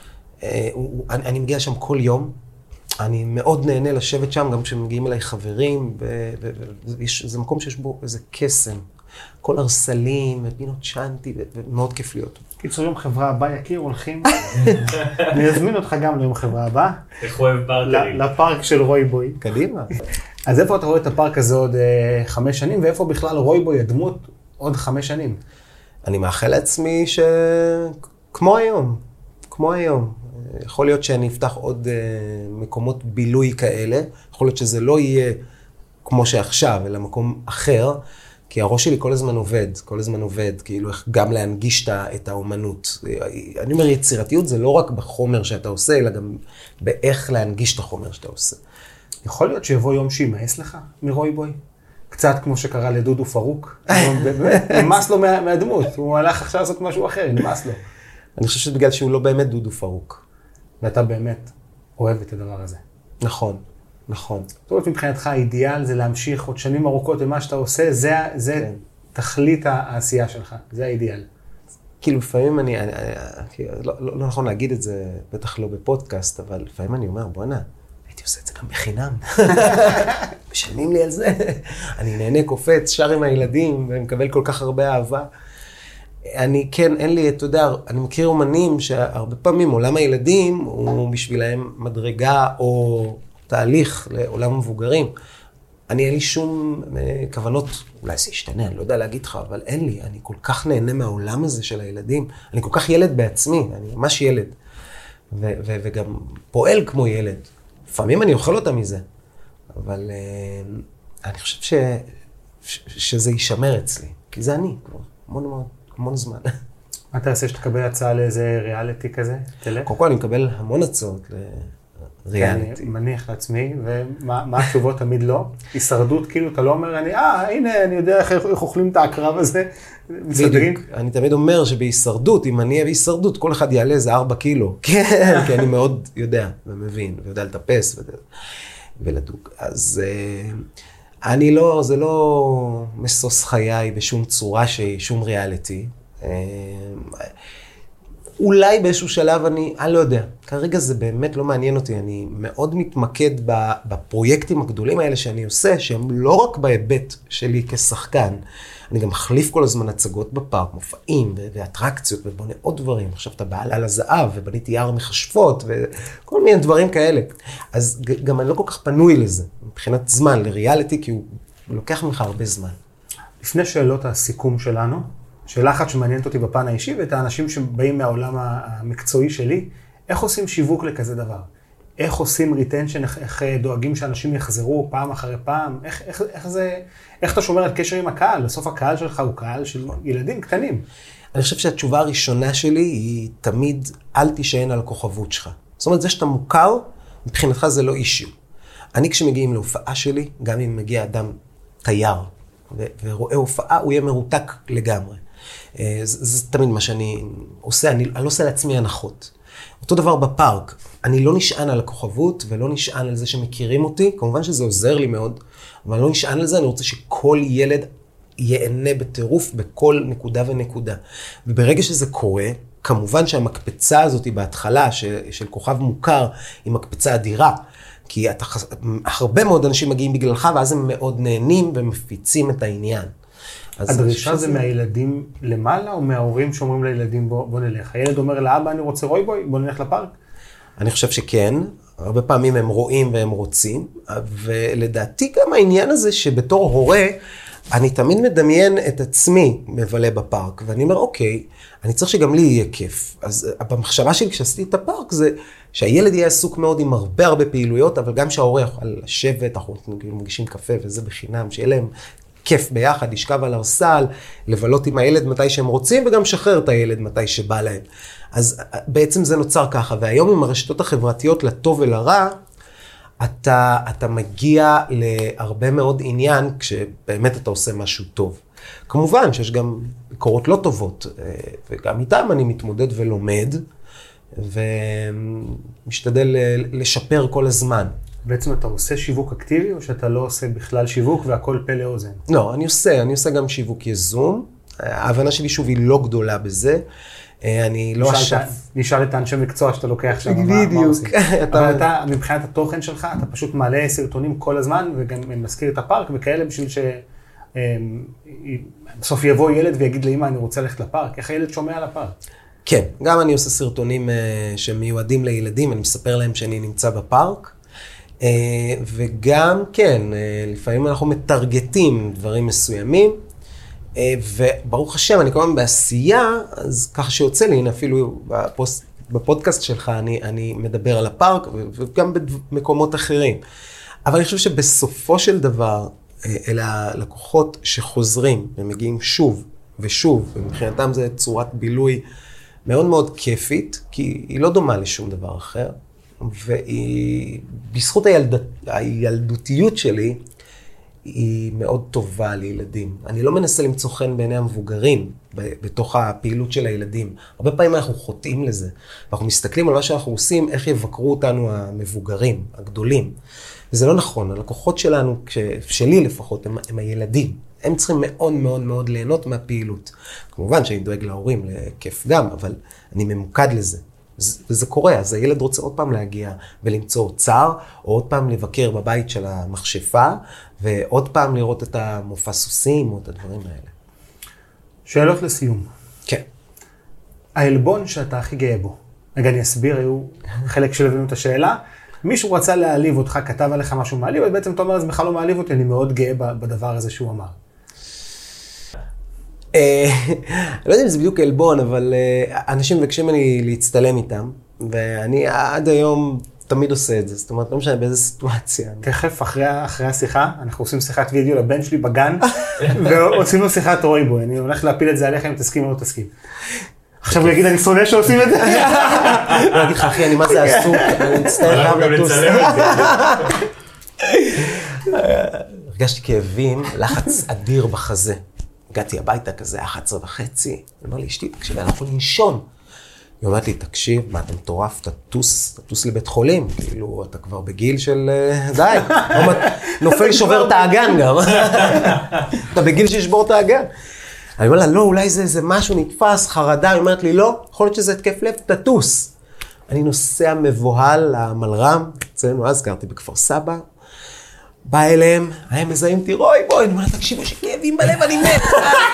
אני מגיע שם כל יום, אני מאוד נהנה לשבת שם, גם כשמגיעים אליי חברים, וזה מקום שיש בו איזה קסם. כל ארסלים, ופינות צ'אנטי, ומאוד כיף להיות. קיצור, יום חברה הבא יקיר, הולכים. אני אזמין אותך גם ליום חברה הבא. איך אוהב פארקרים. לפארק של רויבוי. קדימה. אז איפה אתה רואה את הפארק הזה עוד חמש שנים, ואיפה בכלל רויבוי הדמות עוד חמש שנים? אני מאחל לעצמי שכמו היום, כמו היום. יכול להיות שאני אפתח עוד מקומות בילוי כאלה, יכול להיות שזה לא יהיה כמו שעכשיו, אלא מקום אחר, כי הראש שלי כל הזמן עובד, כל הזמן עובד, כאילו איך גם להנגיש את האומנות. אני אומר, יצירתיות זה לא רק בחומר שאתה עושה, אלא גם באיך להנגיש את החומר שאתה עושה. יכול להיות שיבוא יום שימאס לך מרוי בוי? קצת כמו שקרה לדודו פרוק. באמת, נמאס לו מהדמות. הוא הלך עכשיו לעשות משהו אחר, נמאס לו. אני חושב שבגלל שהוא לא באמת דודו פרוק. ואתה באמת אוהב את הדבר הזה. נכון, נכון. זאת אומרת, מבחינתך האידיאל זה להמשיך עוד שנים ארוכות במה שאתה עושה, זה, זה כן. תכלית העשייה שלך, זה האידיאל. כאילו לפעמים אני, אני, אני לא, לא, לא נכון להגיד את זה, בטח לא בפודקאסט, אבל לפעמים אני אומר, בוא נע, הייתי עושה את זה גם בחינם. משלמים לי על זה. אני נהנה, קופץ, שר עם הילדים, ומקבל כל כך הרבה אהבה. אני כן, אין לי, אתה יודע, אני מכיר אומנים שהרבה פעמים עולם הילדים הוא בשבילהם מדרגה או תהליך לעולם מבוגרים. אני אין לי שום כוונות, אולי זה ישתנה, אני לא יודע להגיד לך, אבל אין לי, אני כל כך נהנה מהעולם הזה של הילדים, אני כל כך ילד בעצמי, אני ממש ילד, ו- ו- וגם פועל כמו ילד. לפעמים אני אוכל אותה מזה, אבל uh, אני חושב ש- ש- שזה יישמר אצלי, כי זה אני, כבר המון המון, המון זמן. מה אתה עושה שתקבל הצעה לאיזה ריאליטי כזה? תלך? קודם כל אני מקבל המון הצעות לריאליטי. אני מניח לעצמי, ומה התשובות תמיד לא? הישרדות, כאילו אתה לא אומר, אני, אה, הנה, אני יודע איך אוכלים את הקרב הזה, מסתדרים? אני תמיד אומר שבהישרדות, אם אני אהיה בהישרדות, כל אחד יעלה איזה ארבע קילו. כן, כי אני מאוד יודע ומבין, ויודע לטפס ולדוג. אז אני לא, זה לא מסוס חיי בשום צורה שהיא, שום ריאליטי. אולי באיזשהו שלב אני, אני לא יודע, כרגע זה באמת לא מעניין אותי, אני מאוד מתמקד בפרויקטים הגדולים האלה שאני עושה, שהם לא רק בהיבט שלי כשחקן, אני גם מחליף כל הזמן הצגות בפארק, מופעים ואטרקציות ובונה עוד דברים, עכשיו אתה בעל על הזהב ובניתי יער מכשפות וכל מיני דברים כאלה, אז גם אני לא כל כך פנוי לזה, מבחינת זמן, לריאליטי, כי הוא לוקח ממך הרבה זמן. לפני שאלות הסיכום שלנו, שאלה אחת שמעניינת אותי בפן האישי, ואת האנשים שבאים מהעולם המקצועי שלי, איך עושים שיווק לכזה דבר? איך עושים ריטנשן, איך, איך דואגים שאנשים יחזרו פעם אחרי פעם? איך, איך, איך זה, איך אתה שומר על קשר עם הקהל? בסוף הקהל שלך הוא קהל של ילדים קטנים. אני חושב שהתשובה הראשונה שלי היא תמיד, אל תישען על הכוכבות שלך. זאת אומרת, זה שאתה מוכר, מבחינתך זה לא אישיו. אני כשמגיעים להופעה שלי, גם אם מגיע אדם תייר, ו- ורואה הופעה, הוא יהיה מרותק לגמרי. זה, זה תמיד מה שאני עושה, אני, אני לא עושה לעצמי הנחות. אותו דבר בפארק, אני לא נשען על הכוכבות ולא נשען על זה שמכירים אותי, כמובן שזה עוזר לי מאוד, אבל אני לא נשען על זה, אני רוצה שכל ילד ייהנה בטירוף בכל נקודה ונקודה. וברגע שזה קורה, כמובן שהמקפצה הזאת בהתחלה של, של כוכב מוכר היא מקפצה אדירה, כי אתה, הרבה מאוד אנשים מגיעים בגללך ואז הם מאוד נהנים ומפיצים את העניין. הדרישה זה מהילדים למעלה, או מההורים שאומרים לילדים בוא, בוא נלך? הילד אומר לאבא, אני רוצה רוי בוי, בוא נלך לפארק? אני חושב שכן. הרבה פעמים הם רואים והם רוצים, ולדעתי גם העניין הזה שבתור הורה, אני תמיד מדמיין את עצמי מבלה בפארק, ואני אומר, אוקיי, אני צריך שגם לי יהיה כיף. אז במחשבה שלי כשעשיתי את הפארק זה שהילד יהיה עסוק מאוד עם הרבה הרבה פעילויות, אבל גם שההורה יכול לשבת, אנחנו מגישים קפה וזה בחינם, שיהיה להם כיף ביחד, לשכב על הרסל, לבלות עם הילד מתי שהם רוצים, וגם שחרר את הילד מתי שבא להם. אז בעצם זה נוצר ככה, והיום עם הרשתות החברתיות לטוב ולרע, אתה, אתה מגיע להרבה מאוד עניין, כשבאמת אתה עושה משהו טוב. כמובן שיש גם ביקורות לא טובות, וגם איתם אני מתמודד ולומד, ומשתדל לשפר כל הזמן. בעצם אתה עושה שיווק אקטיבי, או שאתה לא עושה בכלל שיווק והכל פה לאוזן? לא, אני עושה, אני עושה גם שיווק יזום. ההבנה שלי שוב היא לא גדולה בזה. אני לא אשף. נשאל את האנשי מקצוע שאתה לוקח שם, מה עושים? אבל אתה, מבחינת התוכן שלך, אתה פשוט מעלה סרטונים כל הזמן, וגם מזכיר את הפארק וכאלה, בשביל שבסוף יבוא ילד ויגיד לאמא, אני רוצה ללכת לפארק. איך הילד שומע על הפארק? כן, גם אני עושה סרטונים שמיועדים לילדים, אני מספר להם שאני נמצא בפארק. וגם, כן, לפעמים אנחנו מטרגטים דברים מסוימים, וברוך השם, אני כל הזמן בעשייה, אז ככה שיוצא לי, הנה אפילו בפוסט בפודקאסט שלך אני, אני מדבר על הפארק וגם במקומות אחרים. אבל אני חושב שבסופו של דבר, אלה הלקוחות שחוזרים ומגיעים שוב ושוב, ומבחינתם זה צורת בילוי מאוד מאוד כיפית, כי היא לא דומה לשום דבר אחר, והיא, בזכות הילד, הילדותיות שלי, היא מאוד טובה לילדים. אני לא מנסה למצוא חן בעיני המבוגרים, בתוך הפעילות של הילדים. הרבה פעמים אנחנו חוטאים לזה, ואנחנו מסתכלים על מה שאנחנו עושים, איך יבקרו אותנו המבוגרים, הגדולים. וזה לא נכון, הלקוחות שלנו, שלי לפחות, הם, הם הילדים. הם צריכים מאוד מאוד מאוד ליהנות מהפעילות. כמובן שאני דואג להורים, לכיף גם, אבל אני ממוקד לזה. וזה קורה, אז הילד רוצה עוד פעם להגיע ולמצוא אוצר, או עוד פעם לבקר בבית של המכשפה, ועוד פעם לראות את המופע סוסים, או את הדברים האלה. שאלות לסיום. כן. העלבון שאתה הכי גאה בו. רגע, אני אסביר, היו חלק של הבינו את השאלה. מישהו רצה להעליב אותך, כתב עליך משהו מעליב, ובעצם אתה אומר, אז בכלל לא מעליב אותי, אני מאוד גאה בדבר הזה שהוא אמר. לא יודע אם זה בדיוק אלבון, אבל אנשים מבקשים ממני להצטלם איתם, ואני עד היום תמיד עושה את זה, זאת אומרת, לא משנה באיזה סיטואציה. תכף, אחרי השיחה, אנחנו עושים שיחת וידאו לבן שלי בגן, ועושים לו שיחת רויבו, אני הולך להפיל את זה עליך אם תסכים או לא תסכים. עכשיו הוא יגיד, אני שונא שעושים את זה. אני אגיד לך, אחי, אני מה זה עסוק, אני מצטער גם לטוס. הרגשתי כאבים, לחץ אדיר בחזה. הגעתי הביתה כזה, אחת עשרה וחצי, אני אומר לי, אשתי, תקשיב, אני יכול לנשום. היא אומרת לי, תקשיב, מה, אתה מטורף, תטוס, תטוס לבית חולים, כאילו, אתה כבר בגיל של, די, נופל שובר את האגן גם. אתה בגיל שישבור את האגן. אני אומר לה, לא, אולי זה, זה משהו נתפס, חרדה, היא אומרת לי, לא, יכול להיות שזה התקף לב, תטוס. אני נוסע מבוהל למלרם, אצלנו אז גרתי בכפר סבא, בא אליהם, הם מזהים אותי, רוי, בואי, אני אומר, תקשיבו, שכאבים בלב, אני מת.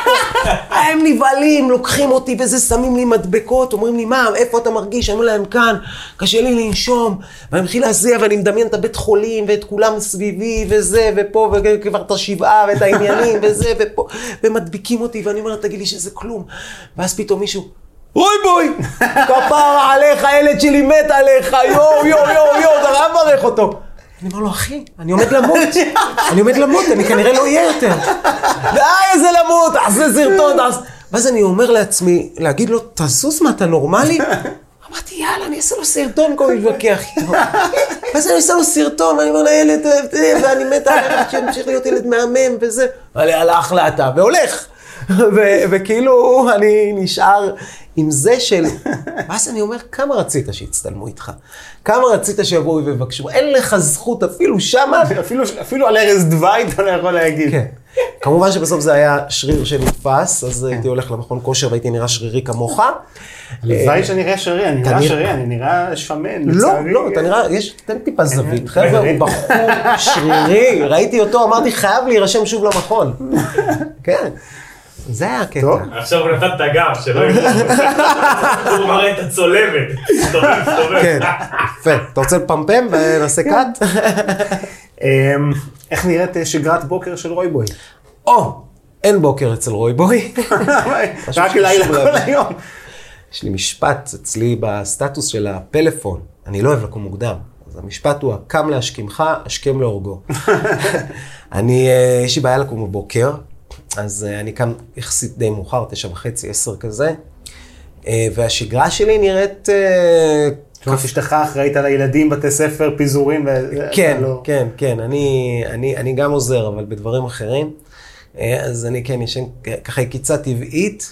הם נבעלים, לוקחים אותי וזה, שמים לי מדבקות, אומרים לי, מה, איפה אתה מרגיש? אני אומר להם, כאן, קשה לי לנשום, ואני מתחיל להזיע, ואני מדמיין את הבית חולים, ואת כולם סביבי, וזה, ופה, וכבר את השבעה, ואת העניינים, וזה, ופה, ומדביקים אותי, ואני אומר, תגיד לי שזה כלום. ואז פתאום מישהו, רוי בוי, כפרה עליך, הילד שלי מת עליך, יו, יו, יו, יו, אתה לא מברך אותו. אני אומר לו, אחי, אני עומד למות, אני עומד למות, אני כנראה לא אהיה יותר. די, איזה למות, עשה סרטון, תעשה. ואז אני אומר לעצמי, להגיד לו, תזוז מה, אתה נורמלי? אמרתי, יאללה, אני אעשה לו סרטון, כל מתווכח איתו. ואז אני אעשה לו סרטון, ואני אומר לילד, ואני מת עליך, שנמשיך להיות ילד מהמם וזה. אבל הלך לאתה, והולך. וכאילו, אני נשאר עם זה של... ואז אני אומר, כמה רצית שיצטלמו איתך? כמה רצית שיבואו ובקשו? אין לך זכות אפילו שמה. אפילו, אפילו על ארז דווי אתה לא יכול להגיד. כן. כמובן שבסוף זה היה שריר שנתפס, אז הייתי הולך למכון כושר והייתי נראה שרירי כמוך. הלוואי שאני נראה שרירי, אני נראה שרירי, אני נראה שמן. לא, לא, אתה נראה, יש, תן טיפה זווית. חבר'ה, הוא בחור שרירי, ראיתי אותו, אמרתי, חייב להירשם שוב למכון. כן. זה היה הקטע. עכשיו הוא נתן את הגב, שלא יהיה. הוא מראה את הצולבת. סתובב, סתובב. כן, יפה. אתה רוצה לפמפם ונעשה קאט? איך נראית שגרת בוקר של רוי בוי? או, אין בוקר אצל רוי בוי. רק לילה כל היום. יש לי משפט אצלי בסטטוס של הפלאפון. אני לא אוהב לקום מוקדם. אז המשפט הוא, הקם להשכמך, השכם להורגו. אני, יש לי בעיה לקום בבוקר. אז אני קם יחסית די מאוחר, תשע וחצי, עשר כזה, והשגרה שלי נראית... כף אשתך אחראית על הילדים, בתי ספר, פיזורים ו... כן, כן, כן, אני, אני, אני גם עוזר, אבל בדברים אחרים. אז אני כן ישן ככה קיצה טבעית,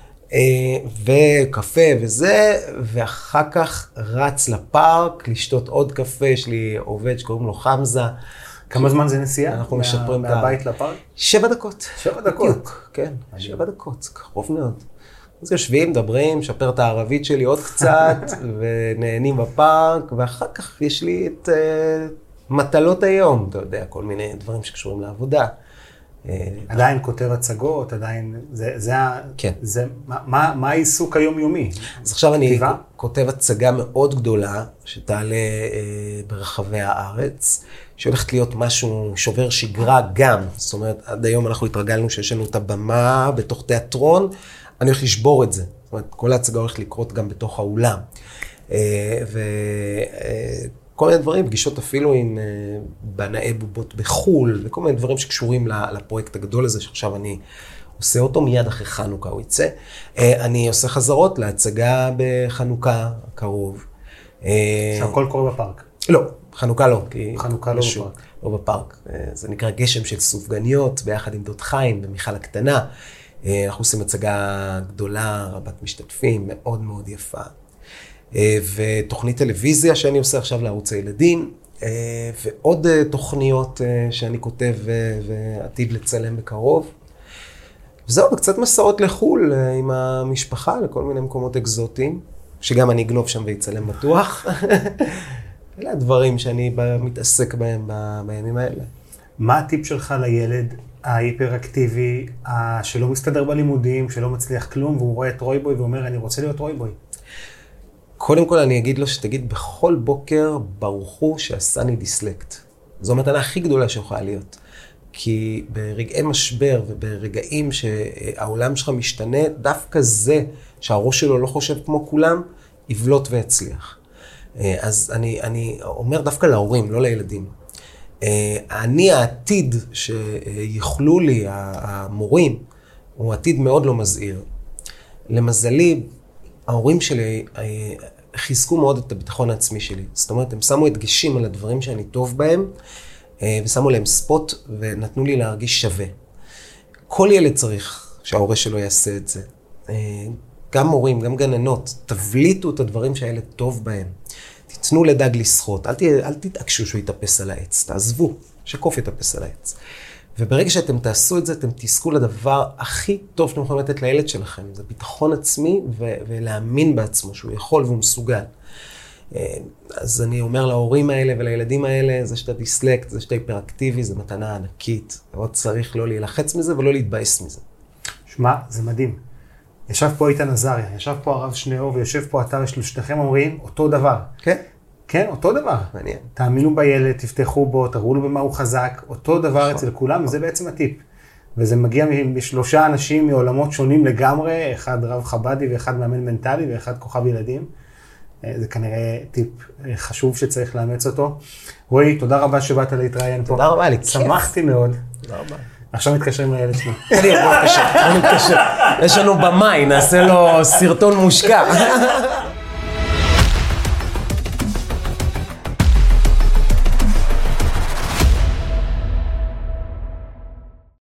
וקפה וזה, ואחר כך רץ לפארק, לשתות עוד קפה, יש לי עובד שקוראים לו חמזה, כמה זמן זה נסיעה? אנחנו משפרים את מהבית לפארק? שבע דקות. שבע דקות? בדיוק, כן, שבע דקות, קרוב מאוד. אז יושבים, מדברים, שפר את הערבית שלי עוד קצת, ונהנים בפארק, ואחר כך יש לי את מטלות היום, אתה יודע, כל מיני דברים שקשורים לעבודה. עדיין כותב הצגות, עדיין, זה, כן. זה, מה, מה העיסוק היומיומי? אז עכשיו אני כותב הצגה מאוד גדולה, שתעלה ברחבי הארץ, שהולכת להיות משהו שובר שגרה גם. זאת אומרת, עד היום אנחנו התרגלנו שיש לנו את הבמה בתוך תיאטרון, אני הולך לשבור את זה. זאת אומרת, כל ההצגה הולכת לקרות גם בתוך האולם. וכל מיני דברים, פגישות אפילו עם בנאי בובות בחול, וכל מיני דברים שקשורים לפרויקט הגדול הזה, שעכשיו אני עושה אותו מיד אחרי חנוכה, הוא יצא. אני עושה חזרות להצגה בחנוכה הקרוב. שהכל קורה בפארק. לא, חנוכה לא. חנוכה לא בפארק. לא בפארק. זה נקרא גשם של סופגניות, ביחד עם דוד חיים במיכל הקטנה. אנחנו עושים הצגה גדולה, רבת משתתפים, מאוד מאוד יפה. ותוכנית טלוויזיה שאני עושה עכשיו לערוץ הילדים, ועוד תוכניות שאני כותב ועתיד לצלם בקרוב. וזהו, וקצת מסעות לחול עם המשפחה, לכל מיני מקומות אקזוטיים, שגם אני אגנוב שם ויצלם בטוח. אלה הדברים שאני מתעסק בהם בימים האלה. מה הטיפ שלך לילד ההיפראקטיבי, שלא מסתדר בלימודים, שלא מצליח כלום, והוא רואה את רויבוי ואומר, אני רוצה להיות רויבוי? קודם כל אני אגיד לו שתגיד בכל בוקר, ברוך הוא שעשני דיסלקט. זו המתנה הכי גדולה שיכולה להיות. כי ברגעי משבר וברגעים שהעולם שלך משתנה, דווקא זה שהראש שלו לא חושב כמו כולם, יבלוט ויצליח. אז אני, אני אומר דווקא להורים, לא לילדים. אני העתיד שיכלו לי, המורים, הוא עתיד מאוד לא מזהיר. למזלי, ההורים שלי חיזקו מאוד את הביטחון העצמי שלי. זאת אומרת, הם שמו הדגשים על הדברים שאני טוב בהם, ושמו להם ספוט ונתנו לי להרגיש שווה. כל ילד צריך שההורה שלו יעשה את זה. גם מורים, גם גננות, תבליטו את הדברים שהילד טוב בהם. תתנו לדג לשחות, אל, ת, אל תתעקשו שהוא יתאפס על העץ, תעזבו, שקוף יתאפס על העץ. וברגע שאתם תעשו את זה, אתם תזכו לדבר הכי טוב שאתם יכולים לתת לילד שלכם. זה ביטחון עצמי ו- ולהאמין בעצמו שהוא יכול והוא מסוגל. אז אני אומר להורים האלה ולילדים האלה, זה שאתה דיסלקט, זה שאתה היפראקטיבי, זה מתנה ענקית. עוד צריך לא להילחץ מזה ולא להתבאס מזה. שמע, זה מדהים. ישב פה איתן עזריה, ישב פה הרב שניאור ויושב פה אתה ושלושתכם אומרים אותו דבר. כן. כן, אותו דבר. מעניין. תאמינו בילד, תפתחו בו, תראו לו במה הוא חזק, אותו דבר אצל כולם, וזה בעצם הטיפ. וזה מגיע משלושה אנשים מעולמות שונים לגמרי, אחד רב חבדי ואחד מאמן מנטלי ואחד כוכב ילדים. זה כנראה טיפ חשוב שצריך לאמץ אותו. רועי, תודה רבה שבאת להתראיין פה. תודה רבה, לי כיף. שמחתי מאוד. תודה רבה. עכשיו מתקשרים לילד שלי. אני אבוא, אני מתקשר. יש לנו במאי, נעשה לו סרטון מושקע.